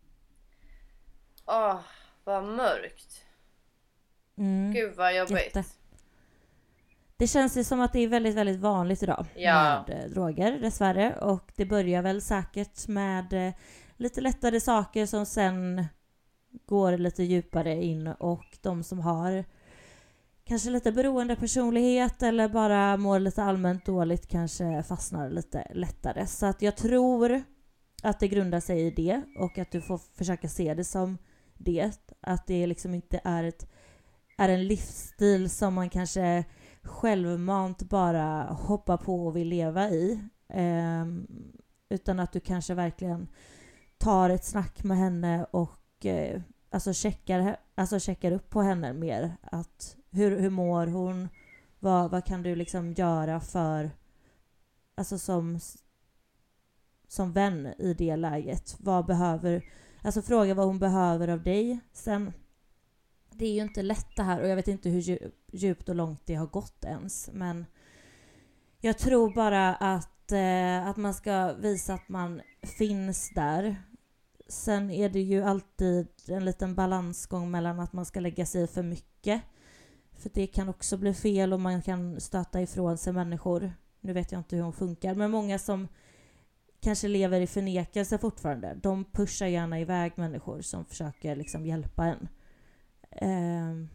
Åh, vad mörkt. Mm. Gud vad jobbigt. Jätte. Det känns ju som att det är väldigt, väldigt vanligt idag Ja. med eh, droger, dessvärre. Och det börjar väl säkert med eh, lite lättare saker som sen går lite djupare in. Och de som har kanske lite beroende personlighet eller bara mår lite allmänt dåligt kanske fastnar lite lättare. Så att jag tror att det grundar sig i det och att du får försöka se det som det. Att det liksom inte är, ett, är en livsstil som man kanske självmant bara hoppar på och vill leva i. Um, utan att du kanske verkligen tar ett snack med henne och uh, alltså, checkar, alltså checkar upp på henne mer. Att hur, hur mår hon? Vad, vad kan du liksom göra för, alltså som som vän i det läget. Vad behöver, alltså fråga vad hon behöver av dig. Sen, det är ju inte lätt det här och jag vet inte hur djupt och långt det har gått ens. Men jag tror bara att, eh, att man ska visa att man finns där. Sen är det ju alltid en liten balansgång mellan att man ska lägga sig i för mycket. För det kan också bli fel och man kan stöta ifrån sig människor. Nu vet jag inte hur hon funkar. Men många som kanske lever i förnekelse fortfarande. De pushar gärna iväg människor som försöker liksom hjälpa en. Eh,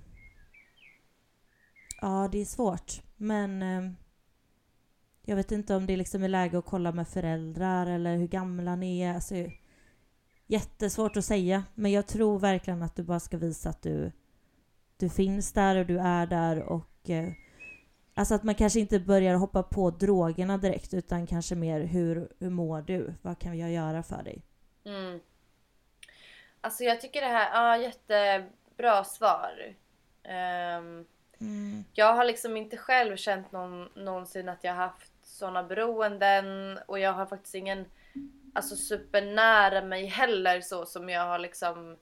ja, det är svårt. Men eh, jag vet inte om det liksom är läge att kolla med föräldrar. Eller hur gamla ni är. Alltså, jättesvårt att säga. Men jag tror verkligen att du bara ska visa att du, du finns där och du är där. Och eh, alltså att man kanske inte börjar hoppa på drogerna direkt. Utan kanske mer hur, hur mår du? Vad kan jag göra för dig? Mm. Alltså jag tycker det här, ja, jättebra svar. Um, mm. Jag har liksom inte själv känt någon, någonsin att jag har haft sådana beroenden. Och jag har faktiskt ingen, alltså supernära mig heller så som jag har liksom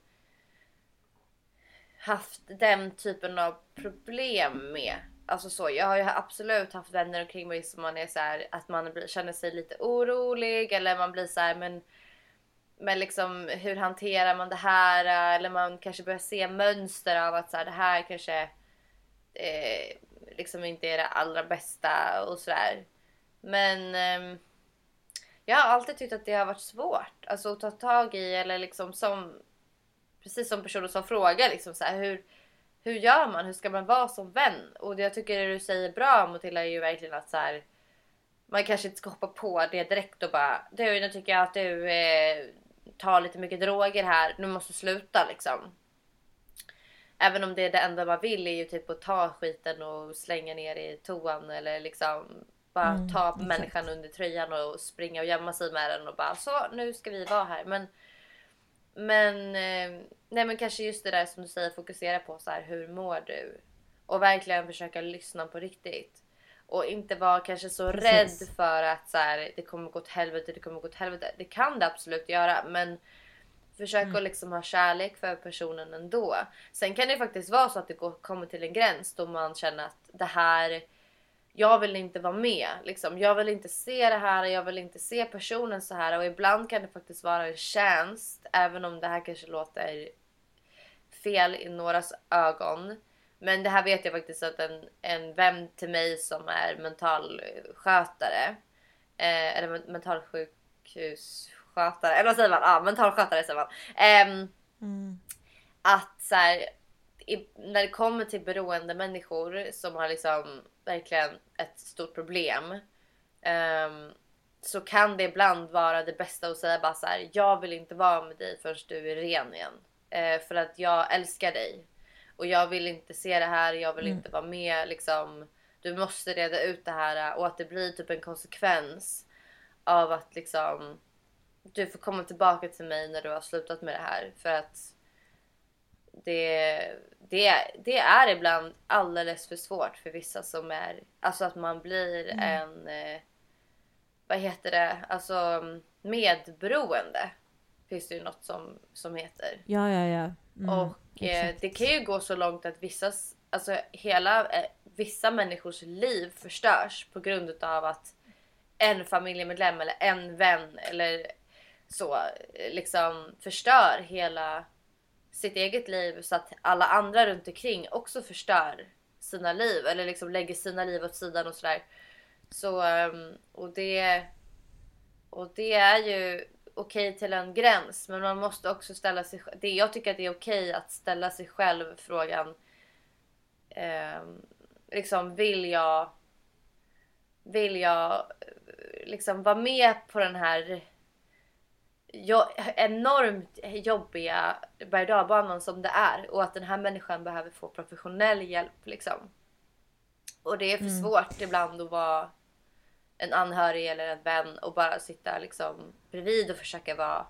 haft den typen av problem med. Alltså så, jag har ju absolut haft vänner omkring mig som man är så här, att man blir, känner sig lite orolig eller man blir så här, men men liksom hur hanterar man det här, eller man kanske börjar se mönster av att så här, det här kanske eh, liksom inte är det allra bästa och sådär. Men eh, jag har alltid tyckt att det har varit svårt alltså att ta tag i, eller liksom som precis som personer som frågar liksom så här, hur hur gör man, hur ska man vara som vän? Och det jag tycker det du säger bra, Matilda, är ju verkligen att så här, man kanske inte ska hoppa på det direkt och bara, du, nu tycker jag att du eh, tar lite mycket droger här, nu måste sluta liksom. Även om det är det enda man vill är ju typ att ta skiten och slänga ner i toan eller liksom bara mm, ta exakt. Människan under tröjan och springa och gömma sig med den och bara, så nu ska vi vara här. Men men eh, nej, men kanske just det där som du säger, fokusera på så här, hur mår du? Och verkligen försöka lyssna på riktigt. Och inte vara kanske så Precis. rädd för att så här, det kommer gå åt helvete, det kommer gå åt helvete. Det kan det absolut göra, men försök mm. att liksom ha kärlek för personen ändå. Sen kan det faktiskt vara så att det går, kommer till en gräns då man känner att det här, jag vill inte vara med. Liksom. Jag vill inte se det här, jag vill inte se personen så här. Och ibland kan det faktiskt vara en tjänst, även om det här kanske låter fel i någras ögon. Men det här vet jag faktiskt att en, en vän till mig som är mentalskötare, eh, eller mentalsjukhusskötare, eller vad säger man? Ja, mentalskötare säger man. Eh, mm. Att så här, i, när det kommer till beroende människor som har liksom verkligen ett stort problem, eh, så kan det ibland vara det bästa att säga bara så här, jag vill inte vara med dig förrän du är ren igen. Eh, för att jag älskar dig. Och jag vill inte se det här, jag vill mm. inte vara med liksom. Du måste reda ut det här. Och att det blir typ en konsekvens av att liksom, du får komma tillbaka till mig när du har slutat med det här. För att det, det, det är ibland alldeles för svårt för vissa som är, alltså att man blir mm. en, eh, vad heter det, alltså medberoende. Finns det ju något som, som heter. Ja, ja, ja. Mm, och eh, det kan ju gå så långt att vissa, alltså hela, eh, vissa människors liv förstörs på grund av att en familjemedlem eller en vän eller så eh, liksom förstör hela sitt eget liv, så att alla andra runt omkring också förstör sina liv eller liksom lägger sina liv åt sidan och sådär. Så, um, och det och det är ju okej till en gräns, men man måste också ställa sig, det, jag tycker att det är okej att ställa sig själv frågan, eh, liksom vill jag vill jag liksom vara med på den här jo, enormt jobbiga berg- och dalbanan som det är, och att den här människan behöver få professionell hjälp liksom. Och det är för mm. svårt ibland att vara en anhörig eller en vän och bara sitta liksom bredvid och försöka vara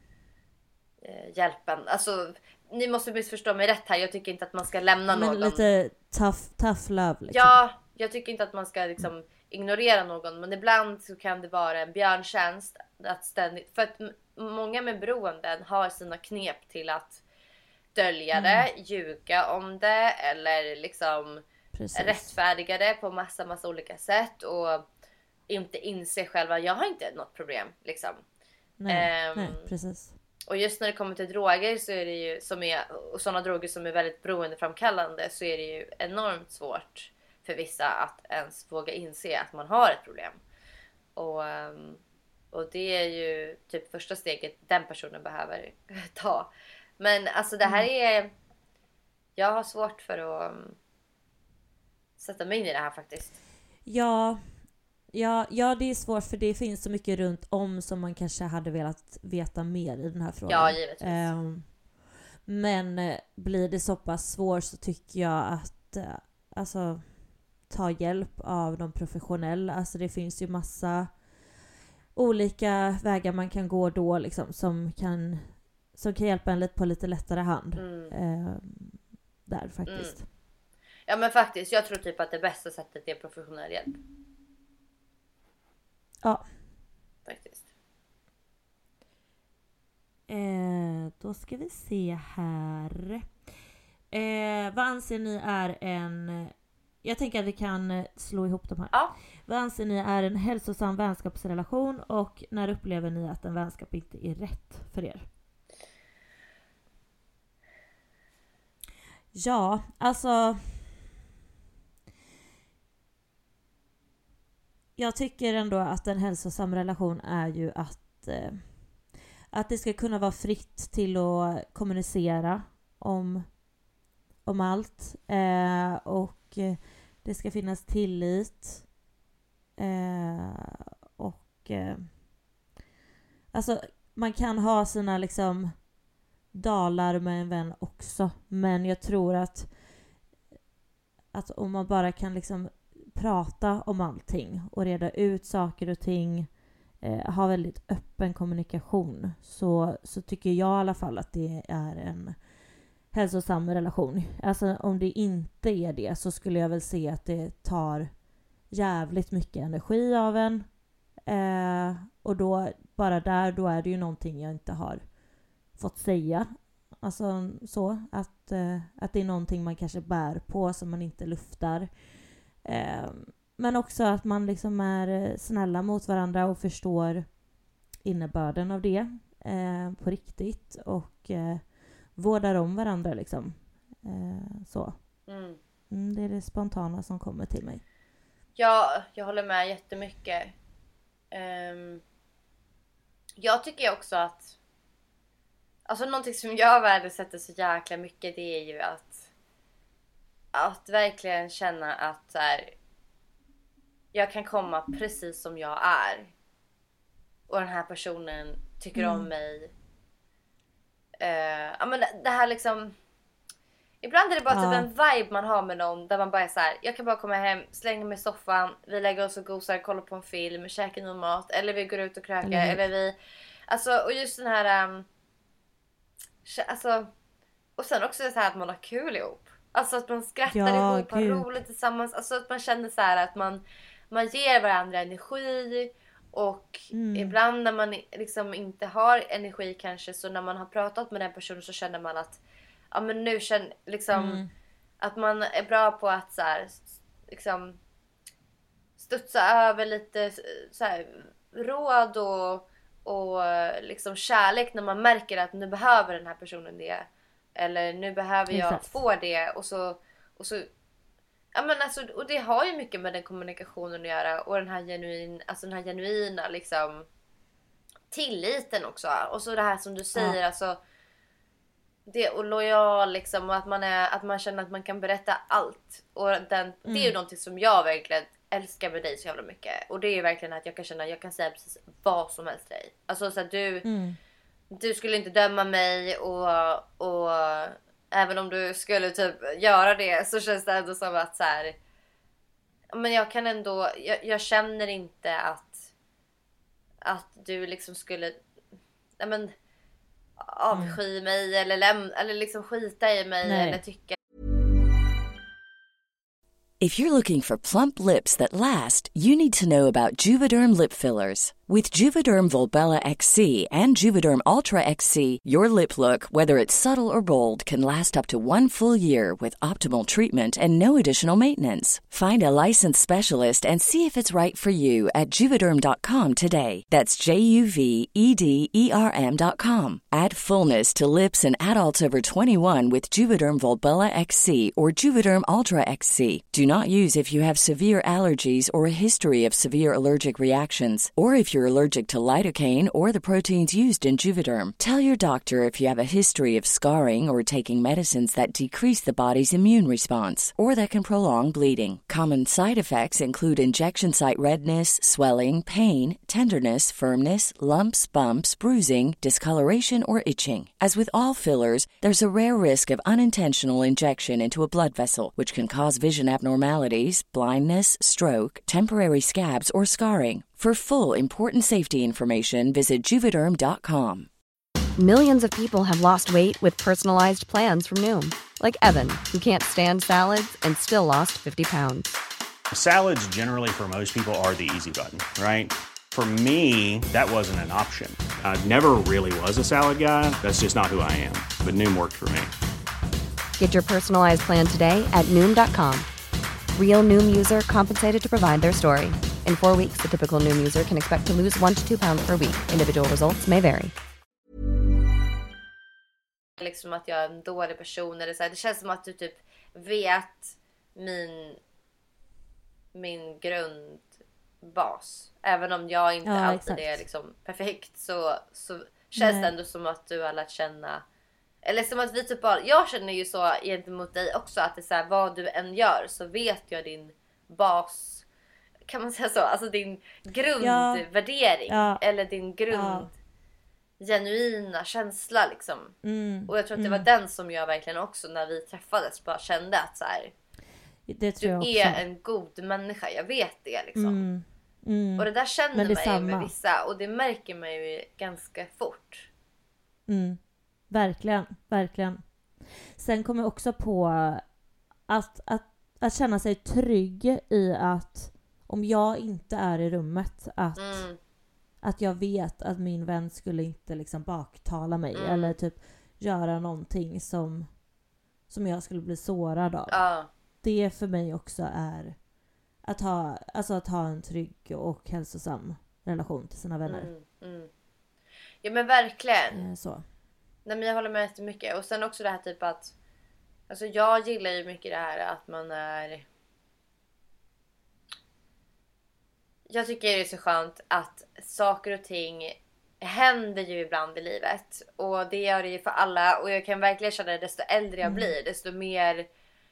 eh, hjälpen. Alltså, ni måste missförstå mig rätt här. Jag tycker inte att man ska lämna Men någon. lite tough, tough love liksom. Ja, jag tycker inte att man ska liksom ignorera någon, men ibland så kan det vara en björntjänst att ständigt, för att m- många med beroenden har sina knep till att dölja mm. det, ljuga om det eller liksom Precis. rättfärdiga det på massa massa olika sätt och inte inse själva, jag har inte något problem liksom. Nej, um, nej, precis. Och just när det kommer till droger så är det ju som är, och sådana droger som är väldigt beroendeframkallande, så är det ju enormt svårt för vissa att ens våga inse att man har ett problem. Och, och det är ju typ första steget den personen behöver ta. Men alltså det här är, jag har svårt för att sätta mig in i det här faktiskt. Ja, Ja, ja, det är svårt för det finns så mycket runt om som man kanske hade velat veta mer i den här frågan. Ja, givetvis. Um, men eh, blir det så pass svårt så tycker jag att eh, alltså, ta hjälp av de professionella. Alltså det finns ju massa olika vägar man kan gå då liksom, som kan, som kan hjälpa en lite på lite lättare hand. Mm. Um, där faktiskt. Mm. Ja men faktiskt, jag tror typ att det bästa sättet är professionell hjälp. Ja. Faktiskt. Eh, då ska vi se här. Eh, vad anser ni är en... Jag tänker att vi kan slå ihop de här. Ja. Vad anser ni är en hälsosam vänskapsrelation och när upplever ni att en vänskap inte är rätt för er? Ja, alltså... Jag tycker ändå att en hälsosam relation är ju att, eh, att det ska kunna vara fritt till att kommunicera om, om allt. Eh, och det ska finnas tillit. Eh, och eh, alltså man kan ha sina liksom dalar med en vän också. Men jag tror att, att om man bara kan liksom prata om allting och reda ut saker och ting, eh, ha väldigt öppen kommunikation, så, så tycker jag i alla fall att det är en hälsosam relation. Alltså om det inte är det så skulle jag väl se att det tar jävligt mycket energi av en, eh, och då bara där, då är det ju någonting jag inte har fått säga. Alltså så att, eh, att det är någonting man kanske bär på som man inte luftar. Eh, men också att man liksom är snälla mot varandra och förstår innebörden av det eh, på riktigt och eh, vårdar om varandra liksom. Eh, så. Mm. Mm, det är det spontana som kommer till mig. Ja, jag håller med jättemycket. Um, jag tycker också att alltså någonting som jag värdesätter så jäkla mycket, det är ju att att verkligen känna att så här, jag kan komma precis som jag är och den här personen tycker mm. om mig. Uh, ja men det här liksom, ibland är det bara ja. typ en vibe man har med någon där man bara är så här, jag kan bara komma hem, slänga mig i soffan, vi lägger oss och gosar, kollar på en film, käkar någon mat, eller vi går ut och krökar, eller, eller vi alltså, och just den här um, alltså, och sen också så här att man har kul ihop. Alltså att man skrattar ja, ihop, har roligt tillsammans. Alltså att man känner så här att man, man ger varandra energi. Och mm. ibland när man liksom inte har energi kanske, så när man har pratat med den personen så känner man att ja men nu känner liksom mm. att man är bra på att så här, liksom studsa över lite så här, råd och, och liksom kärlek när man märker att nu behöver den här personen det. Eller nu behöver jag Exakt. få det. Och så, och så ja, men alltså, och det har ju mycket med den kommunikationen att göra. Och den här, genuin, alltså den här genuina liksom, tilliten också. Och så det här som du säger. Ja. Alltså, det, och lojal liksom. Och att man, är, att man känner att man kan berätta allt. Och den, mm. det är ju någonting som jag verkligen älskar med dig så jävla mycket. Och det är ju verkligen att jag kan känna att jag kan säga precis vad som helst till dig. Alltså så att du... Mm. Du skulle inte döma mig och, och även om du skulle typ göra det så känns det ändå som att så här, men jag kan ändå, jag, jag känner inte att att du liksom skulle ja, men, avsky mm. mig eller lämna eller liksom skita i mig Nej. eller tycka. If you're looking for plump lips that last, you need to know about Juvederm lip fillers. With Juvederm Volbella X C and Juvederm Ultra X C, your lip look, whether it's subtle or bold, can last up to one full year with optimal treatment and no additional maintenance. Find a licensed specialist and see if it's right for you at juvederm dot com today. That's J U V E D E R M dot com. Add fullness to lips in adults over twenty-one with Juvederm Volbella X C or Juvederm Ultra X C. Do not use if you have severe allergies or a history of severe allergic reactions, or if you're allergic to lidocaine or the proteins used in Juvederm. Tell your doctor if you have a history of scarring or taking medicines that decrease the body's immune response or that can prolong bleeding. Common side effects include injection site redness, swelling, pain, tenderness, firmness, lumps, bumps, bruising, discoloration, or itching. As with all fillers, there's a rare risk of unintentional injection into a blood vessel, which can cause vision abnormalities, blindness, stroke, temporary scabs, or scarring. For full, important safety information, visit juvederm dot com. Millions of people have lost weight with personalized plans from Noom. Like Evan, who can't stand salads and still lost fifty pounds. Salads generally for most people are the easy button, right? For me, that wasn't an option. I never really was a salad guy. That's just not who I am. But Noom worked for me. Get your personalized plan today at Noom dot com. Real Noom user compensated to provide their story. In four weeks, the typical Noom user can expect to lose one to two pounds per week. Individual results may vary. Liksom att jag är en dålig person eller så här. Det känns som att du typ vet min min grundbas. Även om jag inte ja, alltid exakt. är liksom perfekt, så, så känns Nej. det ändå som att du har lärt känna, eller som att vi typ bara, jag känner ju så gentemot dig också, att det är så här, vad du än gör så vet jag din bas, kan man säga så, alltså din grundvärdering ja. eller din grund Ja. genuina känsla liksom. Mm. Och jag tror att det mm. var den som jag verkligen också när vi träffades bara kände att så här, Det tror jag du också. är en god människa, jag vet det liksom. Mm. Mm. Och det där känner Men det man är ju med samma. vissa, och det märker man ju ganska fort. Mm. Verkligen, verkligen. Sen kommer jag också på att, att, att känna sig trygg i att om jag inte är i rummet, att, Mm. att jag vet att min vän skulle inte liksom baktala mig Mm. eller typ göra någonting som, som jag skulle bli sårad av. Ja. Det för mig också är att ha, alltså att ha en trygg och hälsosam relation till sina vänner. Mm. Mm. Ja men verkligen. Eh, Så. Nej men jag håller med jättemycket. Och sen också det här typ att, alltså jag gillar ju mycket det här att man är, jag tycker det är så skönt att saker och ting händer ju ibland i livet. Och det gör det ju för alla. Och jag kan verkligen känna att desto äldre jag Mm. blir, desto mer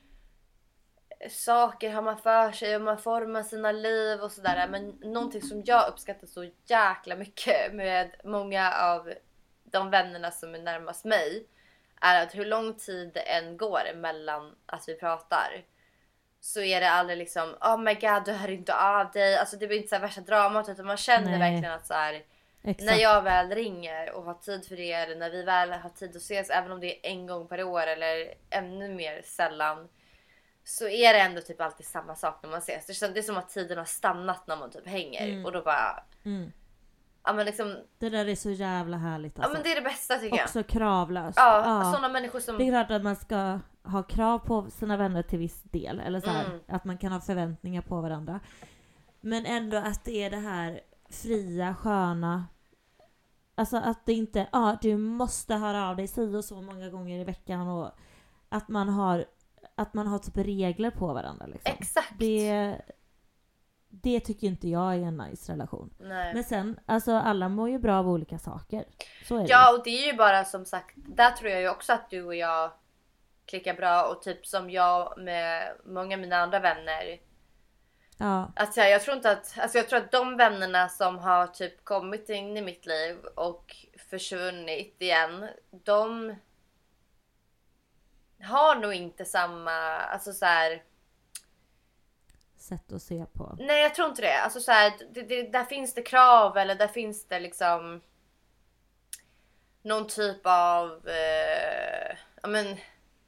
saker har man för sig och man formar sina liv och sådär. Men någonting som jag uppskattar så jäkla mycket med många av de vännerna som är närmast mig är att hur lång tid det än går mellan att vi pratar, så är det aldrig liksom oh my god, du hör inte av dig. Alltså det blir inte så här värsta dramat, utan man känner Nej. verkligen att så här, Exakt. när jag väl ringer och har tid för det, eller när vi väl har tid att ses, även om det är en gång per år eller ännu mer sällan, så är det ändå typ alltid samma sak när man ses. Det är som att tiden har stannat när man typ hänger. Mm. Och då bara Mm. ja men liksom, Det där är så jävla härligt alltså. ja men det är det bästa tycker jag. Också kravlöst. Ja, sådana människor som Det är klart att man ska ha krav på sina vänner till viss del. Eller så här, Mm. att man kan ha förväntningar på varandra. Men ändå att det är det här fria, sköna. Alltså att det inte, ja ah, du måste höra av dig si och så många gånger i veckan. Och att man har, att man har typ regler på varandra. Liksom. Exakt. Det, det tycker inte jag är en nice relation. Nej. Men sen, alltså alla mår ju bra av olika saker. Så är det. Ja, och det är ju bara som sagt, där tror jag ju också att du och jag klickar bra. Och typ som jag med många av mina andra vänner. Ja. Alltså jag tror inte att, alltså jag tror att de vännerna som har typ kommit in i mitt liv och försvunnit igen, de har nog inte samma, alltså så här. Sätt att se på. Nej, jag tror inte det. Alltså så här, det, det, där finns det krav, eller där finns det liksom någon typ av eh, ja men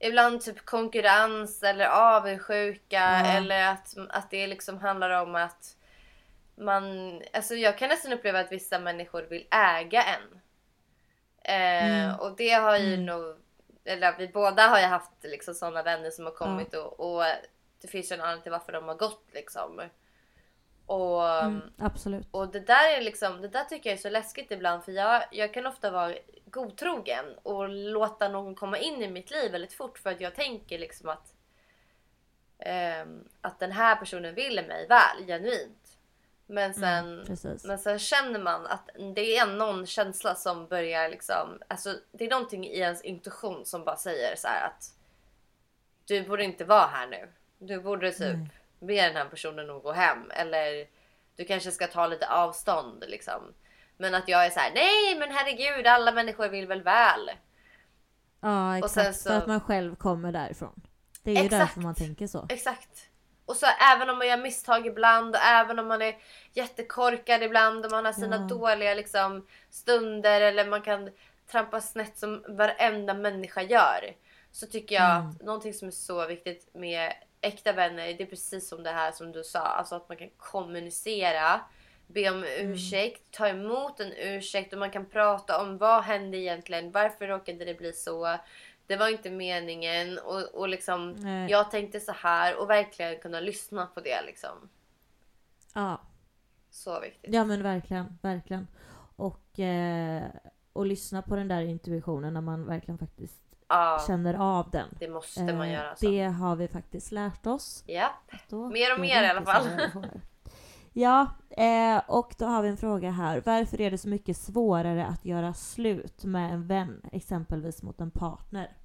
ibland typ konkurrens eller avundsjuka Ja. eller att, att det liksom handlar om att man, alltså jag kan nästan uppleva att vissa människor vill äga en. Eh, Mm. och det har ju Mm. nog, eller vi båda har ju haft liksom sådana vänner som har kommit Ja. och, och det finns ju en anledning till varför de har gått liksom. Och, Mm, absolut. och det där är liksom, det där tycker jag är så läskigt ibland, för jag, jag kan ofta vara godtrogen och låta någon komma in i mitt liv väldigt fort för att jag tänker liksom att ehm, att den här personen vill mig väl, genuint. Men sen, Mm, precis. men sen känner man att det är någon känsla som börjar liksom, alltså det är någonting i ens intuition som bara säger så här att du borde inte vara här nu. Du borde typ Nej. be den här personen att gå hem, eller du kanske ska ta lite avstånd liksom. Men att jag är så här: nej men herregud, alla människor vill väl väl. Ja, Och exakt. sen så- För att man själv kommer därifrån. Det är ju Exakt. därför man tänker så. Exakt. Och så även om man gör misstag ibland och även om man är jättekorkad ibland och man har sina Ja. dåliga liksom stunder, eller man kan trampa snett som varenda människa gör, så tycker jag Mm. att någonting som är så viktigt med äkta vänner, det är precis som det här som du sa, alltså att man kan kommunicera, be om ursäkt, ta emot en ursäkt och man kan prata om vad hände egentligen, varför råkade det bli så, det var inte meningen och, och liksom Nej. jag tänkte så här, och verkligen kunna lyssna på det liksom. Ja. Så viktigt. Ja men verkligen, verkligen. Och, eh, och lyssna på den där intuitionen när man verkligen faktiskt Ja, känner av den. det måste man Eh, göra så. Det har vi faktiskt lärt oss. Japp. Då Mer och är mer det i alla inte fall. sådana relationer. Ja, eh, och då har vi en fråga här. Varför är det så mycket svårare att göra slut med en vän, exempelvis mot en partner?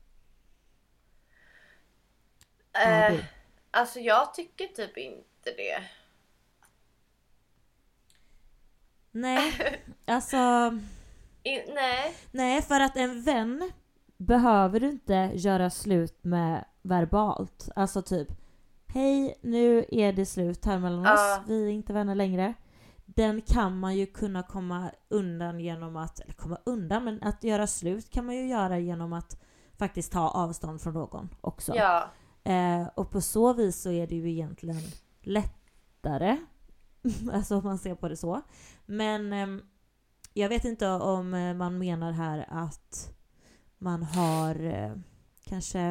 Ja, Eh, du. alltså jag tycker typ inte det. Nej, alltså... I, nej. Nej, för att en vän behöver du inte göra slut med verbalt. Alltså typ, hej, nu är det slut här mellan Ja. oss. Vi är inte vänner längre. Den kan man ju kunna komma undan genom att, eller komma undan, men att göra slut kan man ju göra genom att faktiskt ta avstånd från någon också. Ja. Eh, och på så vis så är det ju egentligen lättare. Alltså om man ser på det så. Men ehm, jag vet inte om eh, man menar här att man har eh, kanske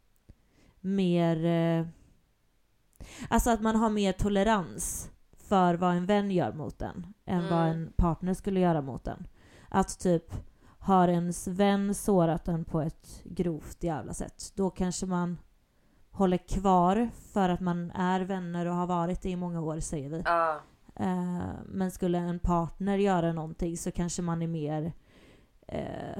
mer... Eh, alltså att man har mer tolerans för vad en vän gör mot en än Mm. vad en partner skulle göra mot en. Att typ har ens vän sårat en på ett grovt jävla sätt, då kanske man håller kvar för att man är vänner och har varit det i många år, säger vi. Ja. Eh, men skulle en partner göra någonting så kanske man är mer... Eh,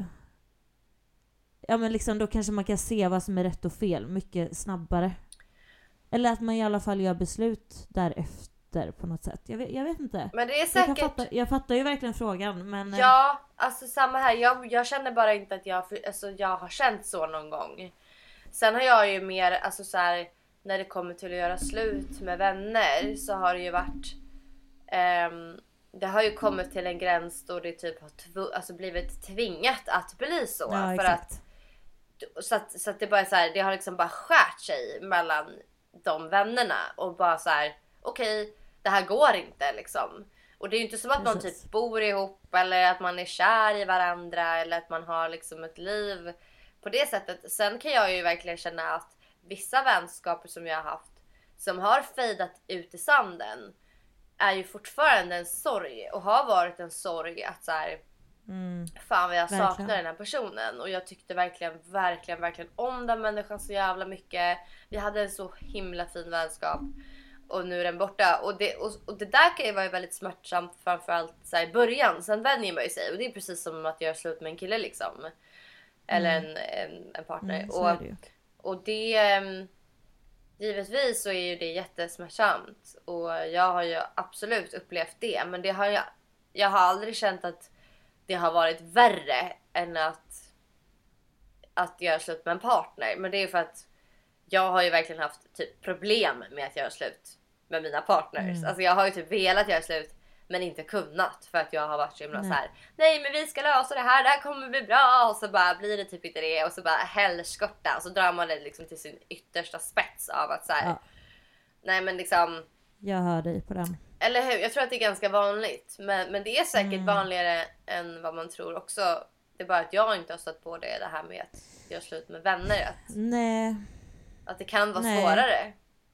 ja men liksom då kanske man kan se vad som är rätt och fel mycket snabbare. Eller att man i alla fall gör beslut därefter på något sätt. Jag vet, jag vet inte. Men det är Jag, kan säkert... fatta, jag fattar ju verkligen frågan, men... eh, Ja, alltså samma här. Jag, jag känner bara inte att jag, alltså, jag har känt så någon gång. Sen har jag ju mer, alltså så här, när det kommer till att göra slut med vänner så har det ju varit... ehm, det har ju kommit till en gräns då det typ har tv- alltså blivit tvingat att bli så. Ja, för exakt. att, så att så att det bara är så här, det har liksom bara skärt sig mellan de vännerna och bara så här: okej, det här går inte liksom. Och det är ju inte som att man Precis. typ bor ihop eller att man är kär i varandra eller att man har liksom ett liv på det sättet. Sen kan jag ju verkligen känna att vissa vänskaper som jag har haft som har fejdat ut i sanden är ju fortfarande en sorg och har varit en sorg att så här, Mm, fan vad jag Verkligen. saknar den här personen. Och jag tyckte verkligen, verkligen, verkligen om den människan så jävla mycket. Vi hade en så himla fin vänskap. Och nu är den borta. Och det, och, och det där kan ju vara väldigt smärtsamt, framförallt så här i början. Sen vänjer man ju sig. Och det är precis som att göra slut med en kille liksom. Eller en, en, en partner. mm, så och, är det ju. och det... ehm, Givetvis så är ju det jättesmärtsamt. Och jag har ju absolut upplevt det. Men det har jag, jag har aldrig känt att det har varit värre än att, att göra slut med en partner. Men det är för att jag har ju verkligen haft typ problem med att göra slut med mina partners. Mm. Alltså jag har ju typ velat göra slut Men inte kunnat för att jag har varit så himla så här: nej men vi ska lösa det här, det här kommer bli bra. Och så bara blir det typ inte det. Och så bara helskotta. Och så drar man det liksom till sin yttersta spets av att så här, ja. Nej men liksom. Jag hör dig på den. Eller hur? Jag tror att det är ganska vanligt. Men, men det är säkert mm. vanligare än vad man tror också. Det är bara att jag inte har stött på det, det här med att göra slut med vänner. Att, nej. Att det kan vara nej. svårare.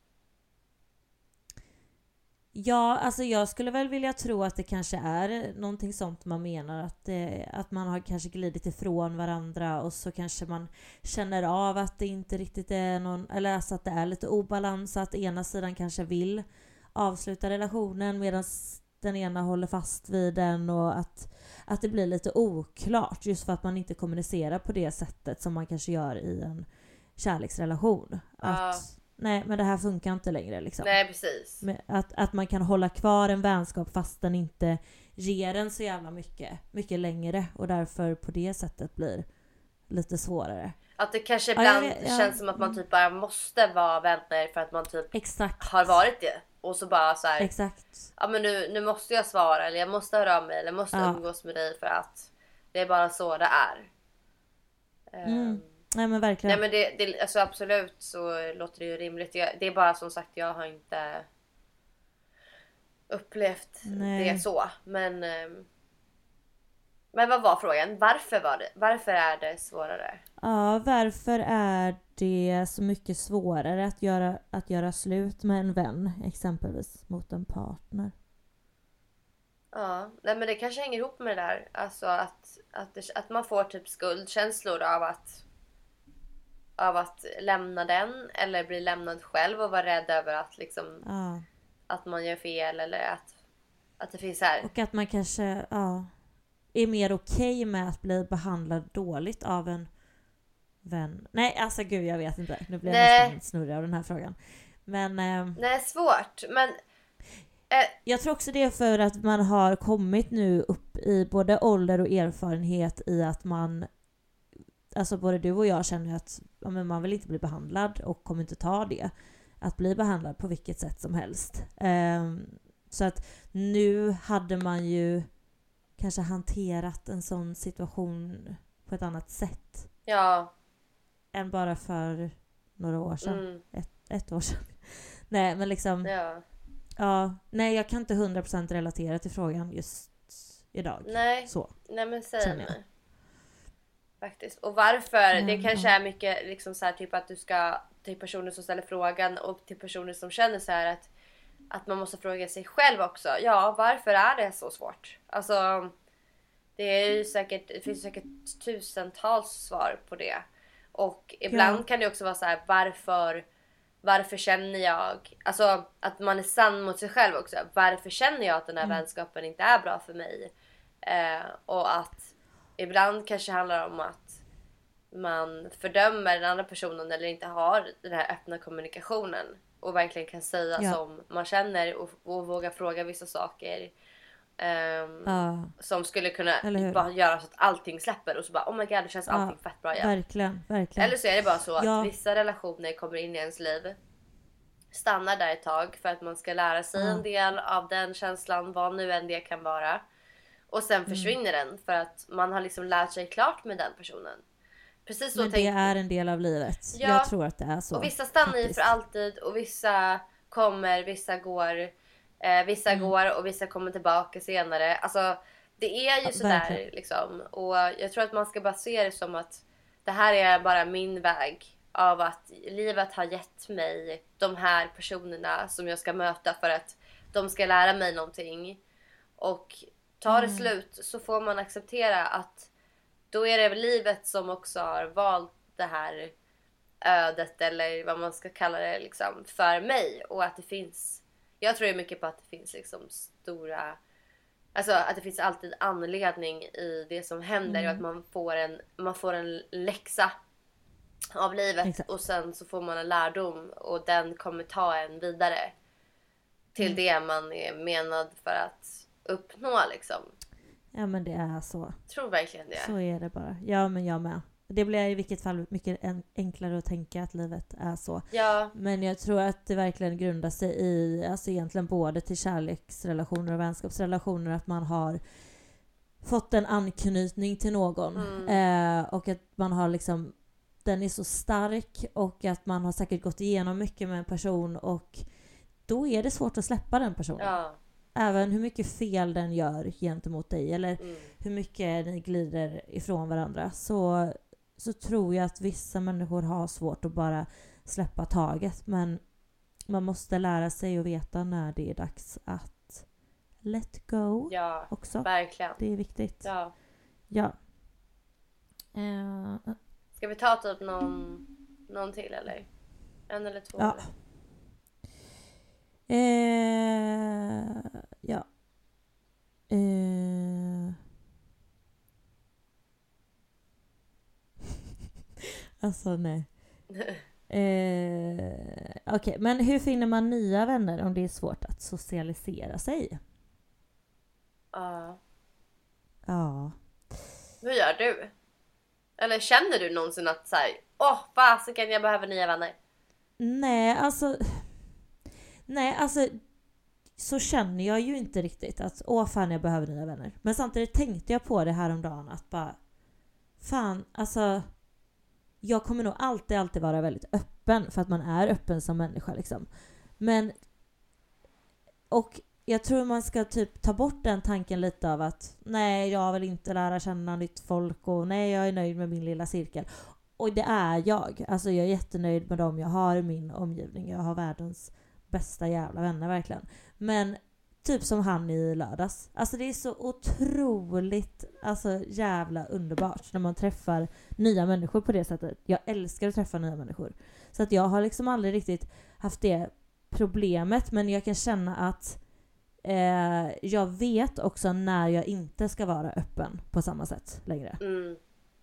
Ja, alltså jag skulle väl vilja tro att det kanske är någonting sånt man menar. Att, det, att man har kanske glidit ifrån varandra och så kanske man känner av att det inte riktigt är någon, eller alltså att det är lite obalans. Att ena sidan kanske vill avsluta relationen medan den ena håller fast vid den, och att, att det blir lite oklart just för att man inte kommunicerar på det sättet som man kanske gör i en kärleksrelation. Att, uh. nej, men det här funkar inte längre liksom. Nej, precis. Att, att man kan hålla kvar en vänskap fast den inte ger en så jävla mycket, mycket längre, och därför på det sättet blir lite svårare. Att det kanske ibland ja, ja, känns som att man typ bara måste vara vänner för att man typ exakt. har varit det. Och så bara så här, exakt. Ja men nu, nu måste jag svara, eller jag måste höra av mig, eller jag måste ja. umgås med dig för att det är bara så det är. Mm. Um, nej men verkligen. Nej men det, det, alltså absolut så låter det ju rimligt. Jag, det är bara som sagt, jag har inte upplevt nej. det så. Men um, Men vad var frågan? Varför var det? Varför är det svårare? Ja, varför är det så mycket svårare att göra, att göra slut med en vän, exempelvis mot en partner? Ja, nej men det kanske hänger ihop med det där. Alltså att, att, det, att man får typ skuldkänslor av att, av att lämna den, eller bli lämnad själv och vara rädd över att liksom ja. att man gör fel, eller att, att det finns här. Och att man kanske ja, är mer okej med att bli behandlad dåligt av en vän. Nej, alltså gud, jag vet inte. Nu blir jag nästan snurrig av den här frågan. Men eh, nej, svårt. Men eh, jag tror också det är för att man har kommit nu upp i både ålder och erfarenhet i att man, alltså både du och jag känner att ja, men man vill inte bli behandlad och kommer inte ta det. Att bli behandlad på vilket sätt som helst. Eh, så att nu hade man ju kanske hanterat en sån situation på ett annat sätt. Ja. Än bara för några år sedan. Mm. Ett, ett år sedan. Nej, men liksom. Ja. Ja. Nej, jag kan inte hundra procent relatera till frågan just idag. Nej. Så. Nej, men säg mig. Faktiskt. Och varför? Mm, det kanske ja. är mycket liksom så här, typ att du ska till personer som ställer frågan och till personer som känner så här att att man måste fråga sig själv också. Ja, varför är det så svårt? Alltså, det är ju säkert, det finns säkert tusentals svar på det. Och ibland ja. kan det också vara så här, varför, varför känner jag, alltså att man är sann mot sig själv också. Varför känner jag att den här mm. vänskapen inte är bra för mig? Eh, och att ibland kanske handlar om att man fördömer den andra personen eller inte har den här öppna kommunikationen. Och verkligen kan säga ja. som man känner och, och våga fråga vissa saker. Um, ja. Som skulle kunna bara göra så att allting släpper. Och så bara, oh my god, det känns allting ja. fett bra igen. Verkligen, verkligen. Eller så är det bara så ja. att vissa relationer kommer in i ens liv, stannar där ett tag för att man ska lära sig ja. en del av den känslan, vad nu än det kan vara. Och sen försvinner mm. den för att man har liksom lärt sig klart med den personen. Precis så. Men det är en del av livet. Ja. Jag tror att det är så. Och vissa stannar i för alltid. Och vissa kommer, vissa går. Eh, vissa mm. går och vissa kommer tillbaka senare. Alltså det är ju ja, sådär liksom. Och jag tror att man ska bara se det som att det här är bara min väg. Av att livet har gett mig de här personerna som jag ska möta för att de ska lära mig någonting. Och tar det mm. slut så får man acceptera att då är det livet som också har valt det här ödet, eller vad man ska kalla det liksom, för mig. Och att det finns, jag tror ju mycket på att det finns liksom stora, alltså att det finns alltid anledning i det som händer. Mm. Och att man får en, man får en läxa av livet. Exakt. Och sen så får man en lärdom och den kommer ta en vidare till mm. det man är menad för att uppnå liksom. Ja, men det är så. Jag tror verkligen det. Så är det bara. Ja, men jag med. Det blir i vilket fall mycket enklare att tänka att livet är så. Ja. Men jag tror att det verkligen grundar sig i, alltså egentligen både till kärleksrelationer och vänskapsrelationer, att man har fått en anknytning till någon. Mm. Eh, och att man har liksom, den är så stark och att man har säkert gått igenom mycket med en person och då är det svårt att släppa den personen. Ja. Även hur mycket fel den gör gentemot dig eller Mm. hur mycket ni glider ifrån varandra, så, så tror jag att vissa människor har svårt att bara släppa taget. Men man måste lära sig att veta när det är dags att let go Ja, också. verkligen. Det är viktigt. Ja. Ja. Uh, Ska vi ta typ någon, någon till eller? En eller två? ja. Uh, ja. Uh. Alltså nej. Eh, Okej, okay. Men hur finner man nya vänner om det är svårt att socialisera sig? Ja. Ja. Hur gör du? Eller känner du någonsin att så här, åh, fasiken, jag behöver nya vänner? Nej, alltså... Nej, alltså... Så känner jag ju inte riktigt att åh fan, jag behöver nya vänner. Men samtidigt tänkte jag på det här om dagen att bara... Fan, alltså... Jag kommer nog alltid, alltid vara väldigt öppen för att man är öppen som människa liksom. Men... Och jag tror man ska typ ta bort den tanken lite av att nej, jag vill inte lära känna nytt folk och nej, jag är nöjd med min lilla cirkel. Och det är jag. Alltså jag är jättenöjd med dem jag har i min omgivning. Jag har världens bästa jävla vänner verkligen. Men typ som han i lördags. Alltså det är så otroligt alltså jävla underbart när man träffar nya människor på det sättet. Jag älskar att träffa nya människor. Så att jag har liksom aldrig riktigt haft det problemet, men jag kan känna att eh, jag vet också när jag inte ska vara öppen på samma sätt längre. Mm.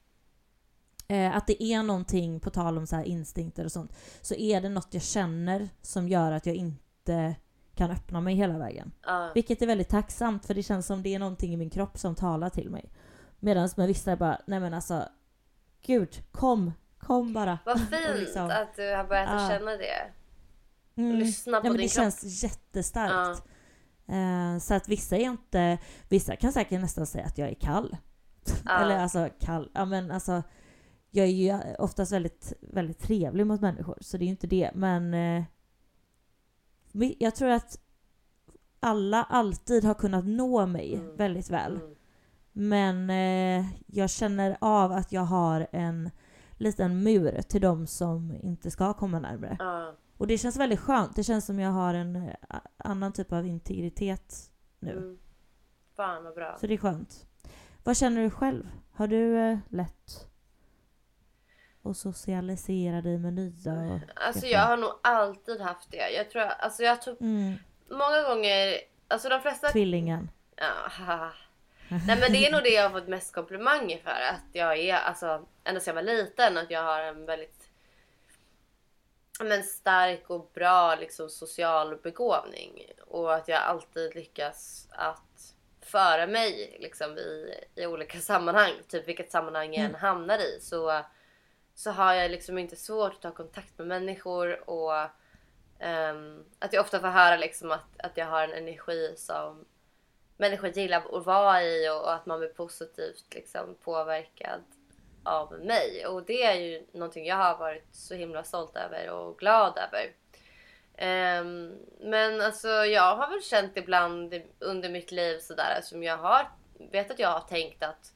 Eh, att det är någonting, på tal om så här instinkter och sånt, så är det något jag känner som gör att jag inte kan öppna mig hela vägen. Uh. Vilket är väldigt tacksamt, för det känns som det är någonting i min kropp som talar till mig. Medan med vissa bara, nej men alltså, gud, kom, kom bara. Vad fint liksom, att du har börjat uh. känna det. Mm. Lyssna på ja, men din det kropp. känns jättestarkt. Uh. Eh, så att vissa är inte, vissa kan säkert nästan säga att jag är kall. Uh. Eller alltså kall, ja men alltså jag är ju oftast väldigt, väldigt trevlig mot människor, så det är ju inte det. Men eh, jag tror att alla alltid har kunnat nå mig mm. väldigt väl. Mm. Men eh, jag känner av att jag har en liten mur till de som inte ska komma närmare. Uh. Och det känns väldigt skönt. Det känns som jag har en annan typ av integritet nu. Mm. Fan vad bra. Så det är skönt. Vad känner du själv? Har du eh, lätt att socialisera dig med nya? Och alltså jag har nog alltid haft det. Jag tror, alltså jag tror mm. många gånger, alltså de flesta... Tvillingen. Ja, nej men det är nog det jag har fått mest komplimanger för. Att jag är, alltså, ända sedan jag var liten, att jag har en väldigt men stark och bra liksom, social begåvning. Och att jag alltid lyckas att föra mig liksom, i, i olika sammanhang. Typ vilket sammanhang jag än Mm. hamnar i. Så, så har jag liksom inte svårt att ta kontakt med människor. Och um, att jag ofta får höra liksom, att, att jag har en energi som människor gillar att vara i. Och, och att man blir positivt liksom, påverkad av mig. Och det är ju någonting jag har varit så himla stolt över och glad över. Um, men alltså jag har väl känt ibland under mitt liv sådär som jag har, vet att jag har tänkt att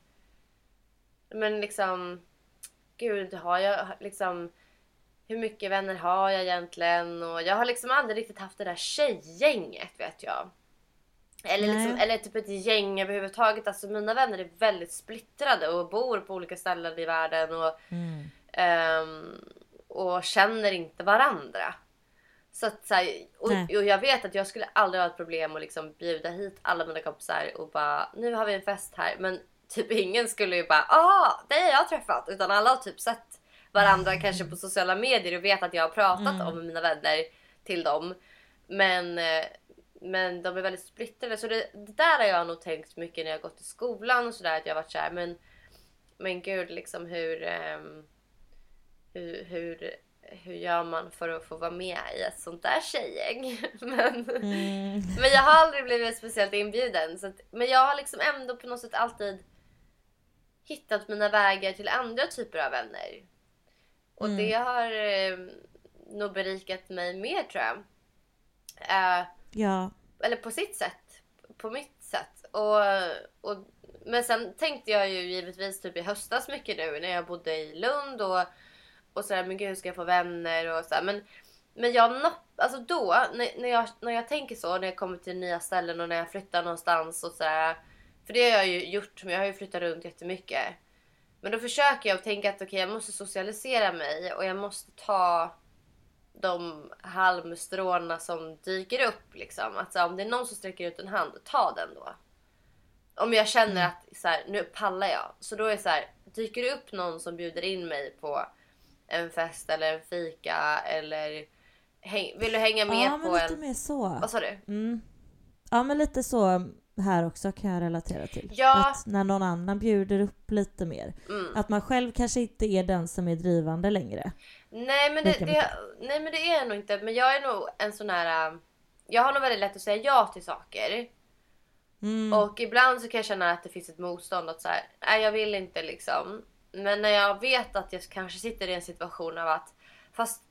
men liksom gud, har jag liksom, hur mycket vänner har jag egentligen? Och jag har liksom aldrig riktigt haft det där tjejgänget, vet jag. Eller, liksom, eller typ ett gäng överhuvudtaget. Alltså mina vänner är väldigt splittrade och bor på olika ställen i världen. Och, mm. um, och känner inte varandra. Så att, så här, och, och jag vet att jag skulle aldrig ha ett problem att liksom bjuda hit alla mina kompisar och bara, nu har vi en fest här. Men typ ingen skulle ju bara, ah, det har jag träffat. Utan alla har typ sett varandra mm. kanske på sociala medier och vet att jag har pratat mm. om mina vänner till dem. Men... Men de är väldigt splittrade. Så det, det där har jag nog tänkt mycket när jag gått i skolan och sådär. Att jag har varit såhär, men men gud liksom hur, um, hur, hur, hur gör man för att få vara med i ett sånt där tjejgäng? men, mm. men jag har aldrig blivit speciellt inbjuden. Så att, men jag har liksom ändå på något sätt alltid hittat mina vägar till andra typer av vänner. Och mm. det har eh, nog berikat mig mer, tror jag. Eh, ja. Eller på sitt sätt. På mitt sätt. Och, och, men sen tänkte jag ju givetvis typ i höstas mycket nu när jag bodde i Lund. Och, och sådär, men gud, hur ska jag få vänner? Och sådär. Men, men jag, alltså då, när, när, jag, när jag tänker så, när jag kommer till nya ställen och när jag flyttar någonstans och sådär. För det har jag ju gjort, men jag har ju flyttat runt jättemycket. Men då försöker jag tänka att okej, okay, jag måste socialisera mig och jag måste ta de halmstråna som dyker upp. Liksom. Alltså, om det är någon som sträcker ut en hand, ta den då. Om jag känner mm. att så här, nu pallar jag. Så då är det så här, dyker det upp någon som bjuder in mig på en fest eller en fika eller häng, vill du hänga med ja, på men lite en... mer så. Vad sa du? Mm. Ja, men lite så här också kan jag relatera till. Ja. Att när någon annan bjuder upp lite mer. Mm. Att man själv kanske inte är den som är drivande längre. Nej men det, det, nej, men det är jag nog inte. Men jag är nog en sån här... Jag har nog väldigt lätt att säga ja till saker. Mm. Och ibland så kan jag känna att det finns ett motstånd. Att så här, nej jag vill inte liksom. Men när jag vet att jag kanske sitter i en situation av att... Fast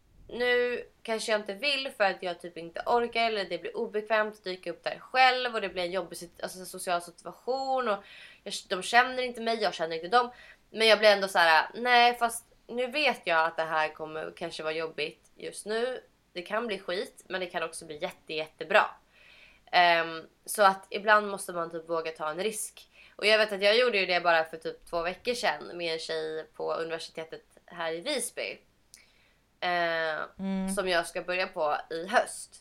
nu kanske jag inte vill för att jag typ inte orkar. Eller det blir obekvämt att dyka upp där själv. Och det blir en jobbig alltså, social situation. Och jag, de känner inte mig, jag känner inte dem. Men jag blir ändå så här, nej fast nu vet jag att det här kommer kanske vara jobbigt just nu. Det kan bli skit, men det kan också bli jätte, jättebra. Um, så att ibland måste man typ våga ta en risk. Och jag vet att jag gjorde ju det bara för typ två veckor sedan med en tjej på universitetet här i Visby. Uh, mm. Som jag ska börja på i höst.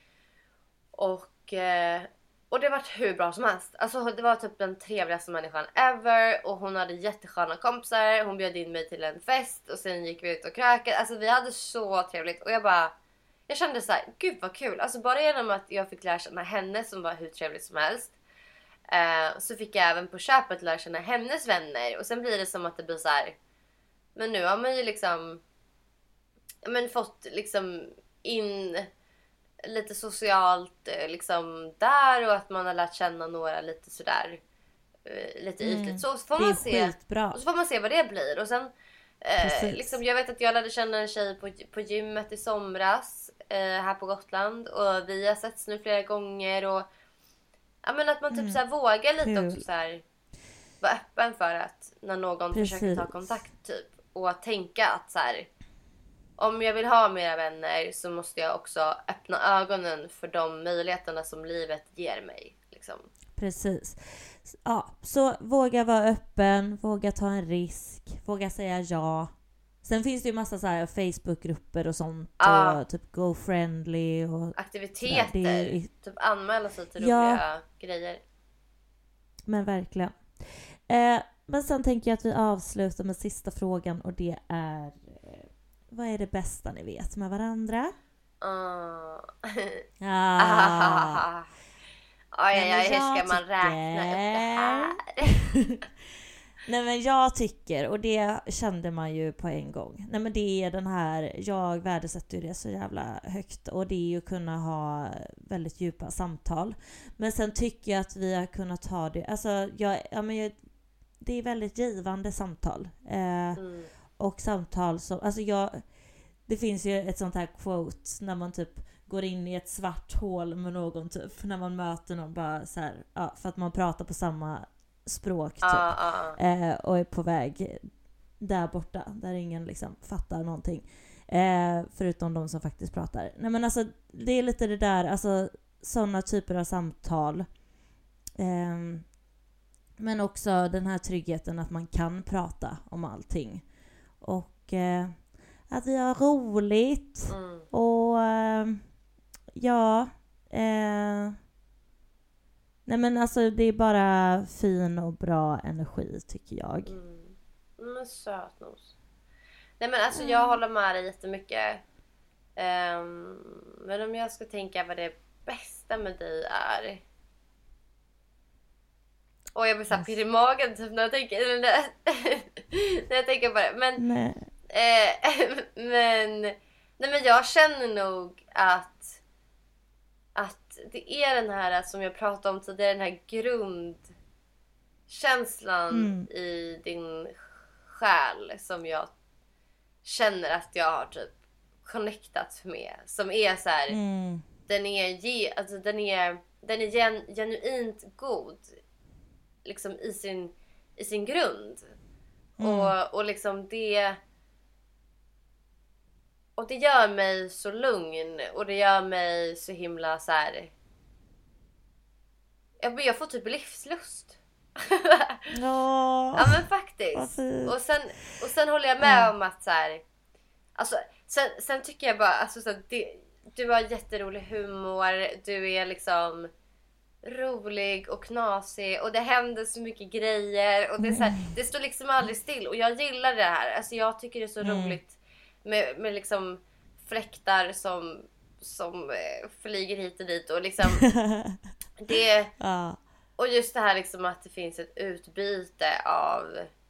Och... Uh, Och det var hur bra som helst. Alltså det var typ den trevligaste människan ever. Och hon hade jättesköna kompisar. Hon bjöd in mig till en fest. Och sen gick vi ut och krökade. Alltså vi hade så trevligt. Och jag bara... Jag kände så här, gud vad kul. Alltså bara genom att jag fick lära känna henne som var hur trevligt som helst. Eh, så fick jag även på köpet lära känna hennes vänner. Och sen blir det som att det blir så här... Men nu har man ju liksom... Men fått liksom in... lite socialt liksom där och att man har lärt känna några lite sådär lite ytligt mm. så, så får man se och så får man se vad det blir och sen eh, liksom jag vet att jag lärde känna en tjej på, på gymmet i somras eh, här på Gotland och vi har setts nu flera gånger och ja men att man typ mm. så här vågar lite Kul. Också så här vara öppen för att när någon Precis. Försöker ta kontakt typ och tänka att så här om jag vill ha mera vänner så måste jag också öppna ögonen för de möjligheterna som livet ger mig. Liksom. Precis. Ja, så våga vara öppen, våga ta en risk, våga säga ja. Sen finns det ju massa så här Facebookgrupper och sånt. Ja. Och typ GoFriendly och aktiviteter. Är... Typ anmäla sig till ja. Roliga grejer. Men verkligen. Eh, men sen tänker jag att vi avslutar med sista frågan och det är... Vad är det bästa ni vet med varandra? Uh. ah. Oj, oj, oj, hur ska man räkna upp det här? Nej men jag tycker, och det kände man ju på en gång. Nej men det är den här, jag värdesätter ju det så jävla högt. Och det är ju att kunna ha väldigt djupa samtal. Men sen tycker jag att vi har kunnat ha det, alltså jag, ja, men jag, det är väldigt givande samtal. Eh, mm. Och samtal som, alltså jag, det finns ju ett sånt här quote när man typ går in i ett svart hål med någon typ, när man möter någon bara så här, ja, för att man pratar på samma språk typ, uh, uh. Eh, och är på väg där borta, där ingen liksom fattar någonting, eh, förutom de som faktiskt pratar. Nej men alltså, det är lite det där, alltså sådana typer av samtal. Eh, men också den här tryggheten att man kan prata om allting. Och eh, att vi har roligt. Mm. Och eh, ja. Eh, nej men alltså det är bara fin och bra energi tycker jag. Mm. Men sötnos. Nej men alltså jag mm. håller med dig jättemycket. Um, men om jag ska tänka vad det bästa med dig är. Och jag blir så här pirr i magen typ när jag tänker, eller när, när jag tänker på det. Men, eh, men, nej, men jag känner nog att, att det är den här som jag pratade om tidigare, den här grundkänslan mm. i din själ som jag känner att jag har typ connectat med. Som är så här, mm. den är, ge, alltså den är, den är gen, genuint god. Liksom i sin, i sin grund. Mm. Och, och liksom det... Och det gör mig så lugn. Och det gör mig så himla så här... Jag, jag får typ livslust. Oh, ja men faktiskt. Och sen, och sen håller jag med mm. om att så här... Alltså, sen, sen tycker jag bara... Alltså, så här, det, du har jätterolig humor. Du är liksom... rolig och knasig och det händer så mycket grejer och det är så här, det står liksom aldrig still och jag gillar det här. Alltså jag tycker det är så mm. roligt med, med liksom fläktar som som eh, flyger hit och dit och liksom det ja. Och just det här liksom att det finns ett utbyte av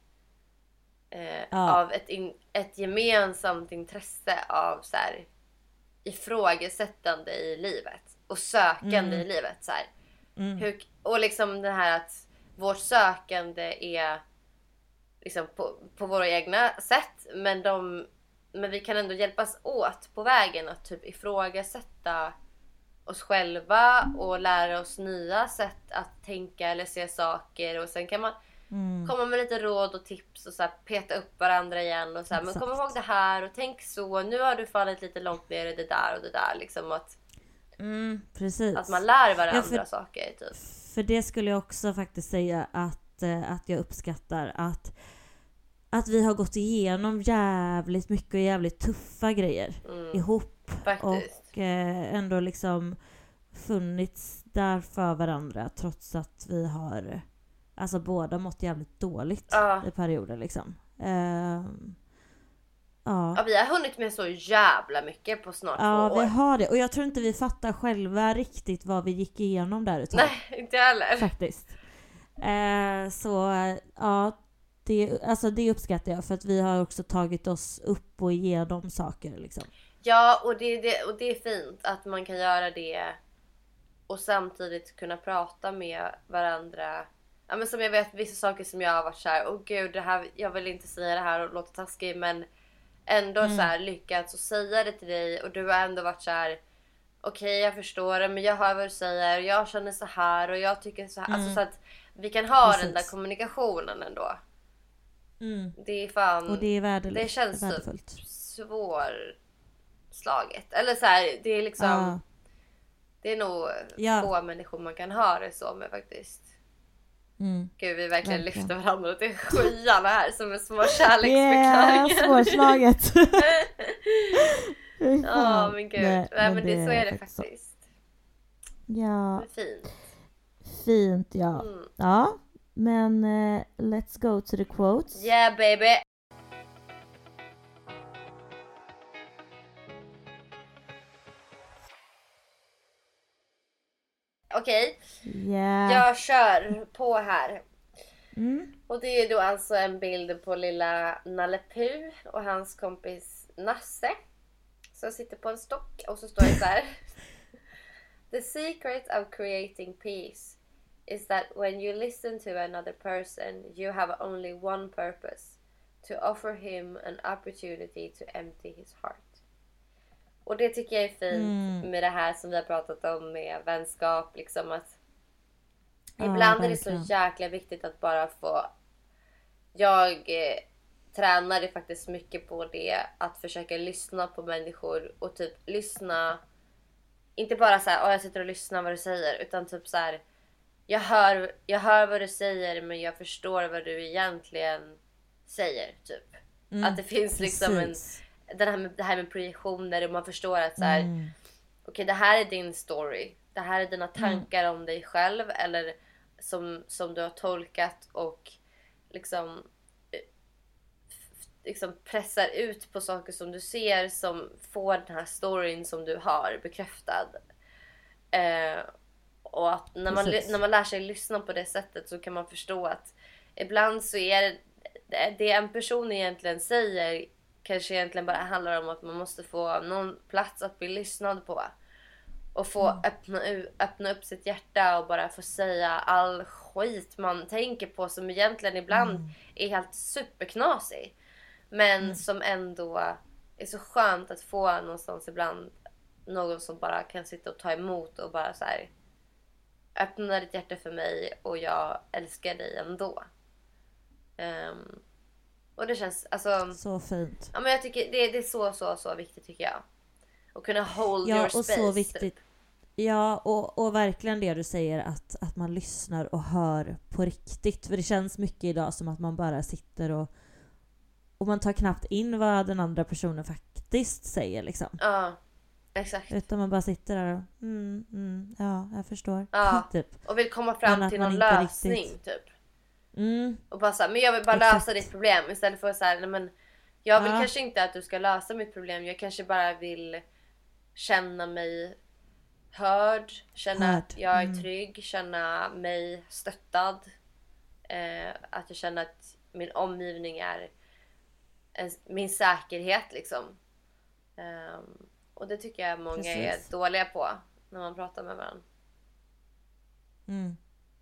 eh, ja. av ett in, ett gemensamt intresse av så här ifrågasättande i livet och sökande mm. i livet så här. Mm. Hur, och liksom det här att vårt sökande är liksom på, på våra egna sätt men, de, men vi kan ändå hjälpas åt på vägen att typ ifrågasätta oss själva och lära oss nya sätt att tänka eller se saker och sen kan man mm. komma med lite råd och tips och så här peta upp varandra igen och så här, men kom ihåg det här och tänk så, nu har du fallit lite långt ner i det där och det där liksom att Mm, precis. Att man lär varandra ja, för, saker typ. För det skulle jag också faktiskt säga att, att jag uppskattar att, att vi har gått igenom jävligt mycket och jävligt tuffa grejer mm. ihop. Faktiskt. Och eh, ändå liksom funnits där för varandra trots att vi har alltså båda mått jävligt dåligt ja. i perioder liksom. Eh, Ja. ja, vi har hunnit med så jävla mycket på snart ja, två år. Ja, vi har det. Och jag tror inte vi fattar själva riktigt vad vi gick igenom där utav. Nej, inte heller. Faktiskt. Eh, så, ja, det, alltså det uppskattar jag. För att vi har också tagit oss upp och igenom saker liksom. Ja, och det, det, och det är fint att man kan göra det och samtidigt kunna prata med varandra. Ja, men som jag vet, vissa saker som jag har varit så här, åh gud, det här, jag vill inte säga det här och låta taskig, men ändå mm. så här lyckats och säga det till dig och du har ändå varit så här: okej, okay, jag förstår det, men jag hör vad du säger och jag känner så här och jag tycker så här mm. alltså så att vi kan ha Precis. den där kommunikationen ändå. Mm. Det är fan och det är värdefullt. Det känns det är värdefullt. Typ svårslaget. Eller så här, det är liksom ah. det är nog ja. få människor man kan ha det så med faktiskt. Mm. Gud, vi verkligen, verkligen lyfter varandra till skyarna här som är små kärleksförklaringar. Yeah, svårslaget. Ja, men gud. Nej, Nej, men det, det, så är det faktiskt. faktiskt. Ja. Det är fint. Fint, ja. Mm. Ja, men uh, let's go to the quotes. Yeah, baby. Okej, okay. yeah. jag kör på här. Mm. Och det är då alltså en bild på lilla Nalle Puh och hans kompis Nasse som sitter på en stock och så står det så här: The secret of creating peace is that when you listen to another person you have only one purpose, to offer him an opportunity to empty his heart. Och det tycker jag är fint mm. med det här som vi har pratat om med vänskap. Liksom att ja, ibland är det så jäkla viktigt att bara få... Jag eh, tränade faktiskt mycket på det. Att försöka lyssna på människor. Och typ lyssna... Inte bara så här, oh, jag sitter och lyssnar vad du säger. Utan typ så här... Jag hör, jag hör vad du säger men jag förstår vad du egentligen säger. Typ. Mm. Att det finns liksom Precis. en... Den här med, det här med projektioner och man förstår att så här, mm. okej, okay, det här är din story. Det här är dina tankar mm. om dig själv eller som, som du har tolkat och liksom, liksom pressar ut på saker som du ser som får den här storyn som du har bekräftad. Eh, Och att när man, när man lär sig lyssna på det sättet så kan man förstå att ibland så är det, det en person egentligen säger kanske egentligen bara handlar om att man måste få någon plats att bli lyssnad på. Och få mm. öppna, öppna upp sitt hjärta och bara få säga all skit man tänker på som egentligen ibland mm. är helt superknasig. Men mm. som ändå är så skönt att få någonstans ibland någon som bara kan sitta och ta emot och bara så här: öppna ditt hjärta för mig och jag älskar dig ändå. Um, och det känns alltså så fint. Ja, men jag tycker det, det är så så så viktigt tycker jag. Och kunna hold ja, your space. Och så viktigt. Ja, och, och verkligen det du säger att, att man lyssnar och hör på riktigt. För det känns mycket idag som att man bara sitter och och man tar knappt in vad den andra personen faktiskt säger liksom. Ja, exakt. Utan man bara sitter där och mm, mm, ja, jag förstår. Ja, typ. och vill komma fram till någon lösning riktigt. Typ. Mm. Och bara så här, men jag vill bara exakt. lösa ditt problem istället för så här, nej, men jag vill ja. kanske inte att du ska lösa mitt problem. Jag kanske bara vill känna mig hörd, känna hörd. att jag är mm. trygg, känna mig stöttad, eh, att jag känner att min omgivning är en, min säkerhet liksom. Um, och det tycker jag många Precis. är dåliga på när man pratar med varandra. Mm.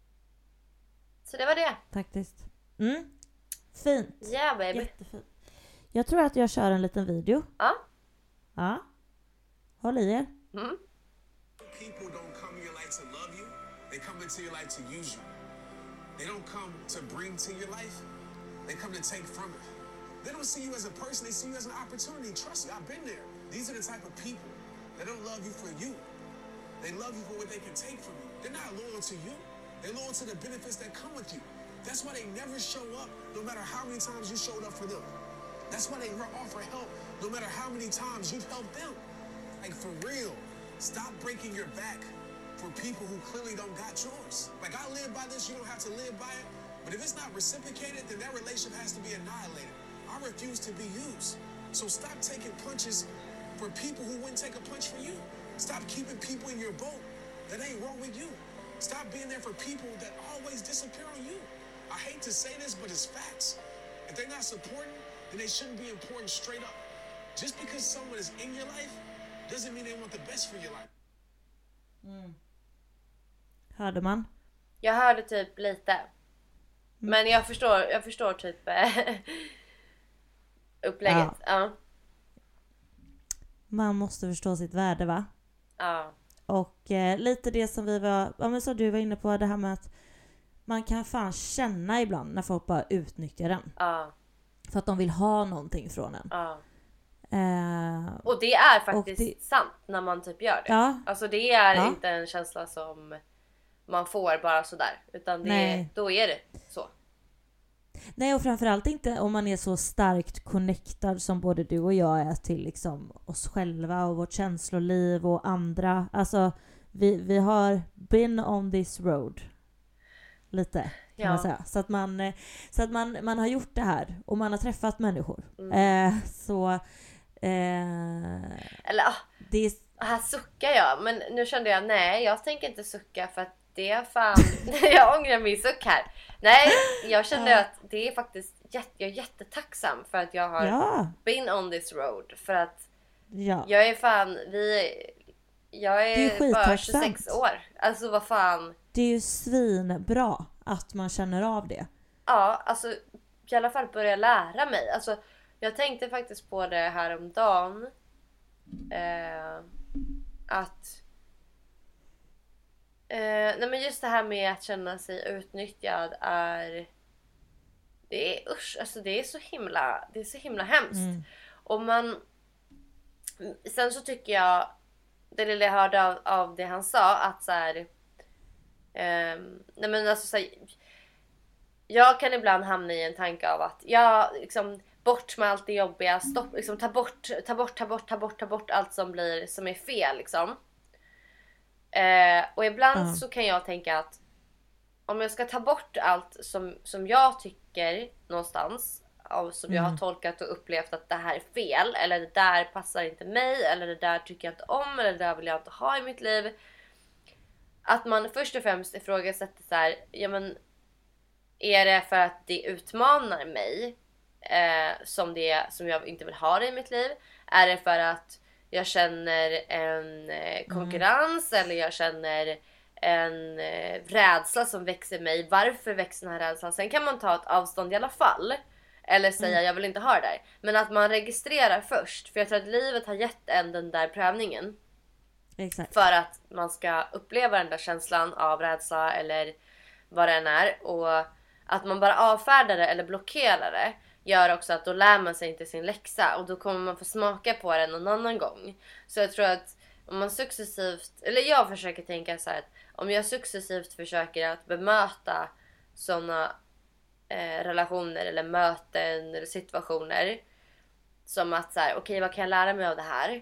Så det var det. Faktiskt. Mm. Fint. Ja, yeah, baby. Jättefint. Jag tror att jag kör en liten video. Ja. Ja. Håll i er. Mm. People don't come to your life to love you. They come into your life to use you. They don't come to bring to your life. They come to take from it. They don't see you as a person. They see you as an opportunity. Trust me, I've been there. These are the type of people that don't love you for you. They love you for what they can take from you. They're not loyal to you. They're loyal to the benefits that come with you. That's why they never show up, no matter how many times you showed up for them. That's why they offer help, no matter how many times you've helped them. Like, for real, stop breaking your back for people who clearly don't got yours. Like, I live by this, you don't have to live by it. But if it's not reciprocated, then that relationship has to be annihilated. I refuse to be used. So stop taking punches for people who wouldn't take a punch for you. Stop keeping people in your boat that ain't wrong with you. Stop being there for people that always disappear on you. I hate to say this, but it's facts. If they're not supporting, then they shouldn't be important straight up. Just because someone is in your life doesn't mean they want the best for your life. Mm. Hörde man? Jag hörde typ lite. Men jag förstår, jag förstår typ upplägget. Ja. Ja. Man måste förstå sitt värde, va? Ja. Och eh, lite det som vi var, ja men så du var inne på, det här med att man kan fan känna ibland när folk bara utnyttjar den. Ja. För att de vill ha någonting från en. Ja. Eh, och det är faktiskt det, sant när man typ gör det. Ja. Alltså det är ja. inte en känsla som man får bara sådär. Utan det är, då är det så. Nej, och framförallt inte om man är så starkt connectad som både du och jag är till liksom oss själva och vårt känsloliv och andra. Alltså, vi, vi har been on this road lite, kan ja. man säga. Så att, man, så att man, man har gjort det här och man har träffat människor. Mm. Eh, så... Eh, Eller, ah, det är... här suckar jag. Men nu kände jag, nej, jag tänker inte sucka för att det är fan... jag ångrar min suck här. Nej, jag kände ja. att det är faktiskt jätte, jag är jättetacksam för att jag har ja. been on this road. För att ja. jag är fan, vi, jag är, är bara tjugosex år. Alltså vad fan. Det är ju svinbra att man känner av det. Ja, alltså i alla fall börja lära mig. Alltså jag tänkte faktiskt på det här om dagen. Eh, att Eh, nej men just det här med att känna sig utnyttjad är det är usch, alltså det är så himla det är så himla hemskt. Mm. Och man sen så tycker jag det lilla jag hörde av, av det han sa att så här eh, nej men alltså så här, jag kan ibland hamna i en tanke av att jag liksom bort med allt det jobbiga, stopp liksom ta bort ta bort ta bort ta bort ta bort allt som blir som är fel liksom. Eh, och ibland mm. så kan jag tänka att om jag ska ta bort allt som, som jag tycker någonstans av, som mm. jag har tolkat och upplevt att det här är fel, eller det där passar inte mig, eller det där tycker jag inte om, eller det där vill jag inte ha i mitt liv, att man först och främst ifrågasätter så här, ja men är det för att det utmanar mig eh, som det som jag inte vill ha det i mitt liv? Är det för att jag känner en eh, konkurrens mm. eller jag känner en eh, rädsla som växer mig? Varför växer den här rädslan? Sen kan man ta ett avstånd i alla fall. Eller säga mm. jag vill inte ha det där. Men att man registrerar först. För jag tror att livet har gett en den där prövningen. Exakt. För att man ska uppleva den där känslan av rädsla eller vad det än är. Och att man bara avfärdar det eller blockerar det gör också att då lär man sig inte sin läxa. Och då kommer man få smaka på det någon annan gång. Så jag tror att om man successivt, eller jag försöker tänka så här att om jag successivt försöker att bemöta sådana eh, relationer eller möten eller situationer som att så här, okej, okay, vad kan jag lära mig av det här?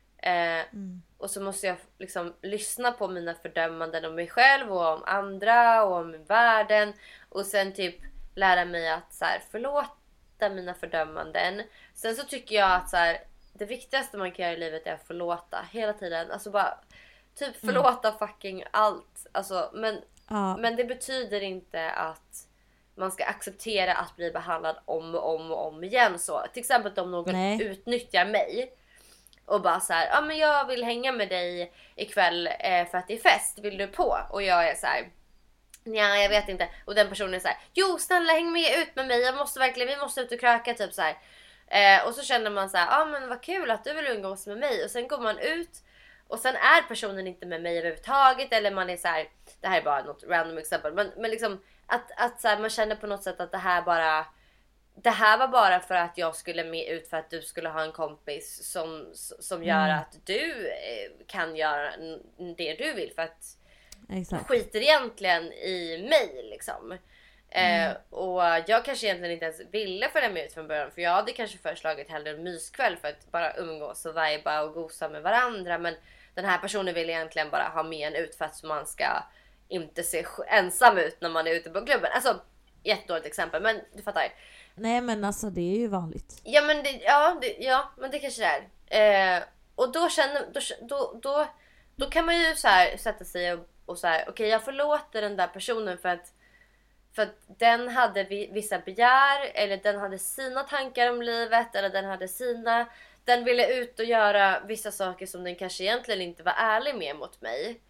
Eh, mm. Och så måste jag liksom lyssna på mina fördömanden om mig själv och om andra och om världen. Och sen typ lära mig att så här, förlåta mina fördömanden. Sen så tycker jag att så här, det viktigaste man kan göra i livet är att förlåta hela tiden. Alltså bara typ förlåta mm. fucking allt. Alltså, men, ja. men det betyder inte att man ska acceptera att bli behandlad om och om och om igen. Så, till exempel om någon Nej. utnyttjar mig. Och bara så här, ja ah, men jag vill hänga med dig ikväll eh, för att det är fest, vill du på? Och jag är så här, nej jag vet inte. Och den personen är så här, jo snälla häng med ut med mig, jag måste verkligen, vi måste ut och kröka typ så här. Eh, och så känner man så här, ja ah, men vad kul att du vill umgås med mig. Och sen går man ut och sen är personen inte med mig överhuvudtaget. Eller man är så här, det här är bara något random exempel. Men, men liksom att, att så här, man känner på något sätt att det här bara... Det här var bara för att jag skulle med ut för att du skulle ha en kompis som, som gör mm. att du kan göra det du vill. För att Exakt. skiter egentligen i mig liksom. Mm. Eh, och jag kanske egentligen inte ens ville följa med ut från början. För jag hade kanske föreslagit hellre en myskväll för att bara umgås och viba och gosa med varandra. Men den här personen vill egentligen bara ha med en ut för att man ska inte se ensam ut när man är ute på klubben. Alltså, jättedåligt exempel, men du fattar. Nej men alltså det är ju vanligt. Ja men det, ja, det, ja, men det kanske det är. Eh, och då känner då, då, då, då kan man ju så här sätta sig och, och så här, okej okay, jag förlåter den där personen för att för att den hade vissa begär eller den hade sina tankar om livet eller den hade sina den ville ut och göra vissa saker som den kanske egentligen inte var ärlig med mot mig.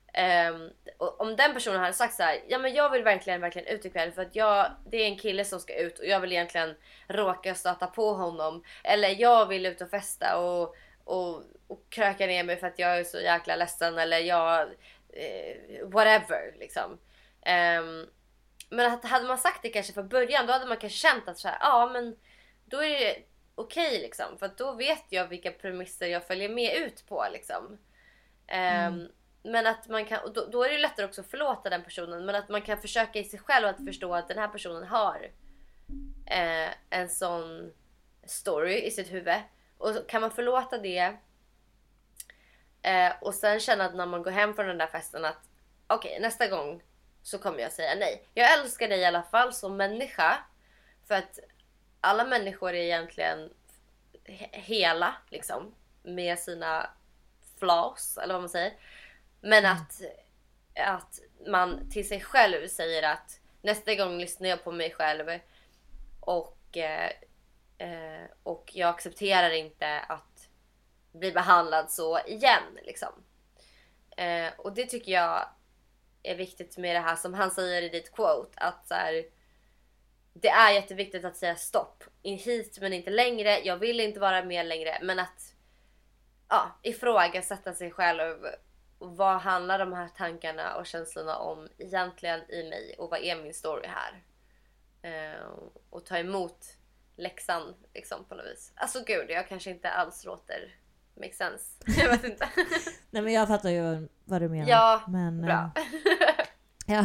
Um, och om den personen hade sagt så här, ja men jag vill verkligen verkligen ut ikväll för att jag, det är en kille som ska ut och jag vill egentligen råka stöta på honom, eller jag vill ut och festa och, och, och kröka ner mig för att jag är så jäkla ledsen, eller jag eh, whatever liksom. Um, men att, hade man sagt det kanske från början, då hade man kanske känt att så här, ja men då är det okej okay, liksom, för att då vet jag vilka premisser jag följer med ut på liksom. Um, mm. Men att man kan, då, då är det lättare också att förlåta den personen. Men att man kan försöka i sig själv att förstå att den här personen har eh, en sån story i sitt huvud. Och så kan man förlåta det. Eh, och sen känna att när man går hem från den där festen att okej, okay, nästa gång så kommer jag säga nej. Jag älskar dig i alla fall som människa. För att alla människor är egentligen he- hela liksom. Med sina flaws, eller vad man säger. Men att, att man till sig själv säger att nästa gång lyssnar jag på mig själv och, eh, och jag accepterar inte att bli behandlad så igen. Liksom. Eh, och det tycker jag är viktigt med det här som han säger i ditt quote. Att så här, det är jätteviktigt att säga stopp. In hit men inte längre. Jag vill inte vara med längre. Men att ja, ifrågasätta sig själv. Vad handlar de här tankarna och känslorna om egentligen i mig? Och vad är min story här? Eh, och ta emot läxan liksom på något vis. Alltså gud, jag kanske inte alls låter make sense. Jag vet inte. Nej men jag fattar ju vad du menar. Ja, men, bra. Äh, ja.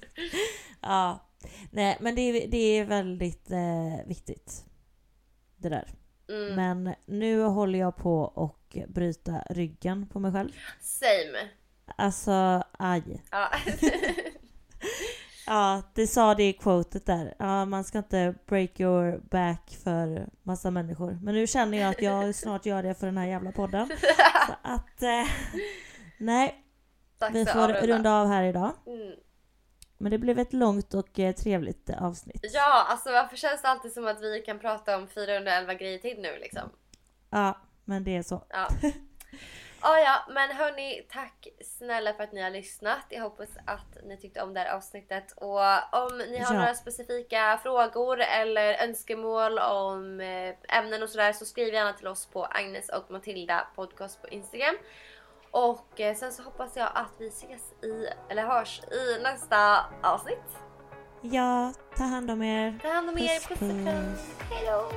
ja. Nej men det är, det är väldigt eh, viktigt. Det där. Mm. Men nu håller jag på och bryta ryggen på mig själv. Same. Alltså, aj. Ja. Ja, det sa det i quotet där. Ja, man ska inte break your back för massa människor. Men nu känner jag att jag snart gör det för den här jävla podden. Så att, eh, nej. dags vi att får avrunda. runda av här idag. Mm. Men det blev ett långt och eh, trevligt eh, avsnitt. Ja, alltså varför känns det alltid som att vi kan prata om fyrahundraelva grejer till nu liksom? Ja, men det är så. Ja. Ah, ja, men hörni, tack snälla för att ni har lyssnat. Jag hoppas att ni tyckte om det här avsnittet. Och om ni har Ja. några specifika frågor eller önskemål om eh, ämnen och sådär, så skriv gärna till oss på Agnes och Matilda podcast på Instagram. Och eh, sen så hoppas jag att vi ses i, eller hörs i nästa avsnitt. Ja, ta hand om er. Ta hand om er, puss och kram. Hej då!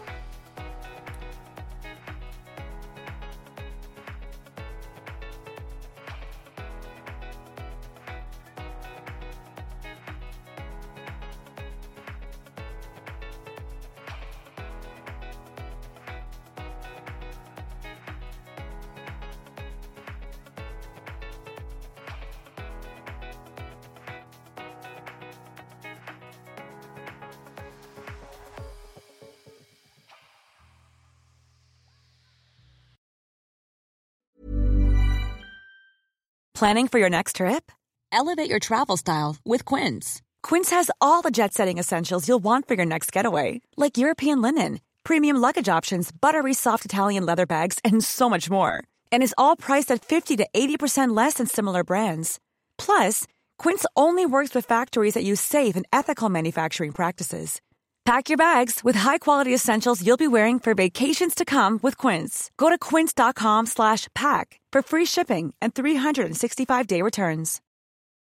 Planning for your next trip? Elevate your travel style with Quince. Quince has all the jet-setting essentials you'll want for your next getaway, like European linen, premium luggage options, buttery soft Italian leather bags, and so much more. And is all priced at fifty to eighty percent less than similar brands. Plus, Quince only works with factories that use safe and ethical manufacturing practices. Pack your bags with high-quality essentials you'll be wearing for vacations to come with Quince. Go to quince.com slash pack for free shipping and three sixty-five day returns.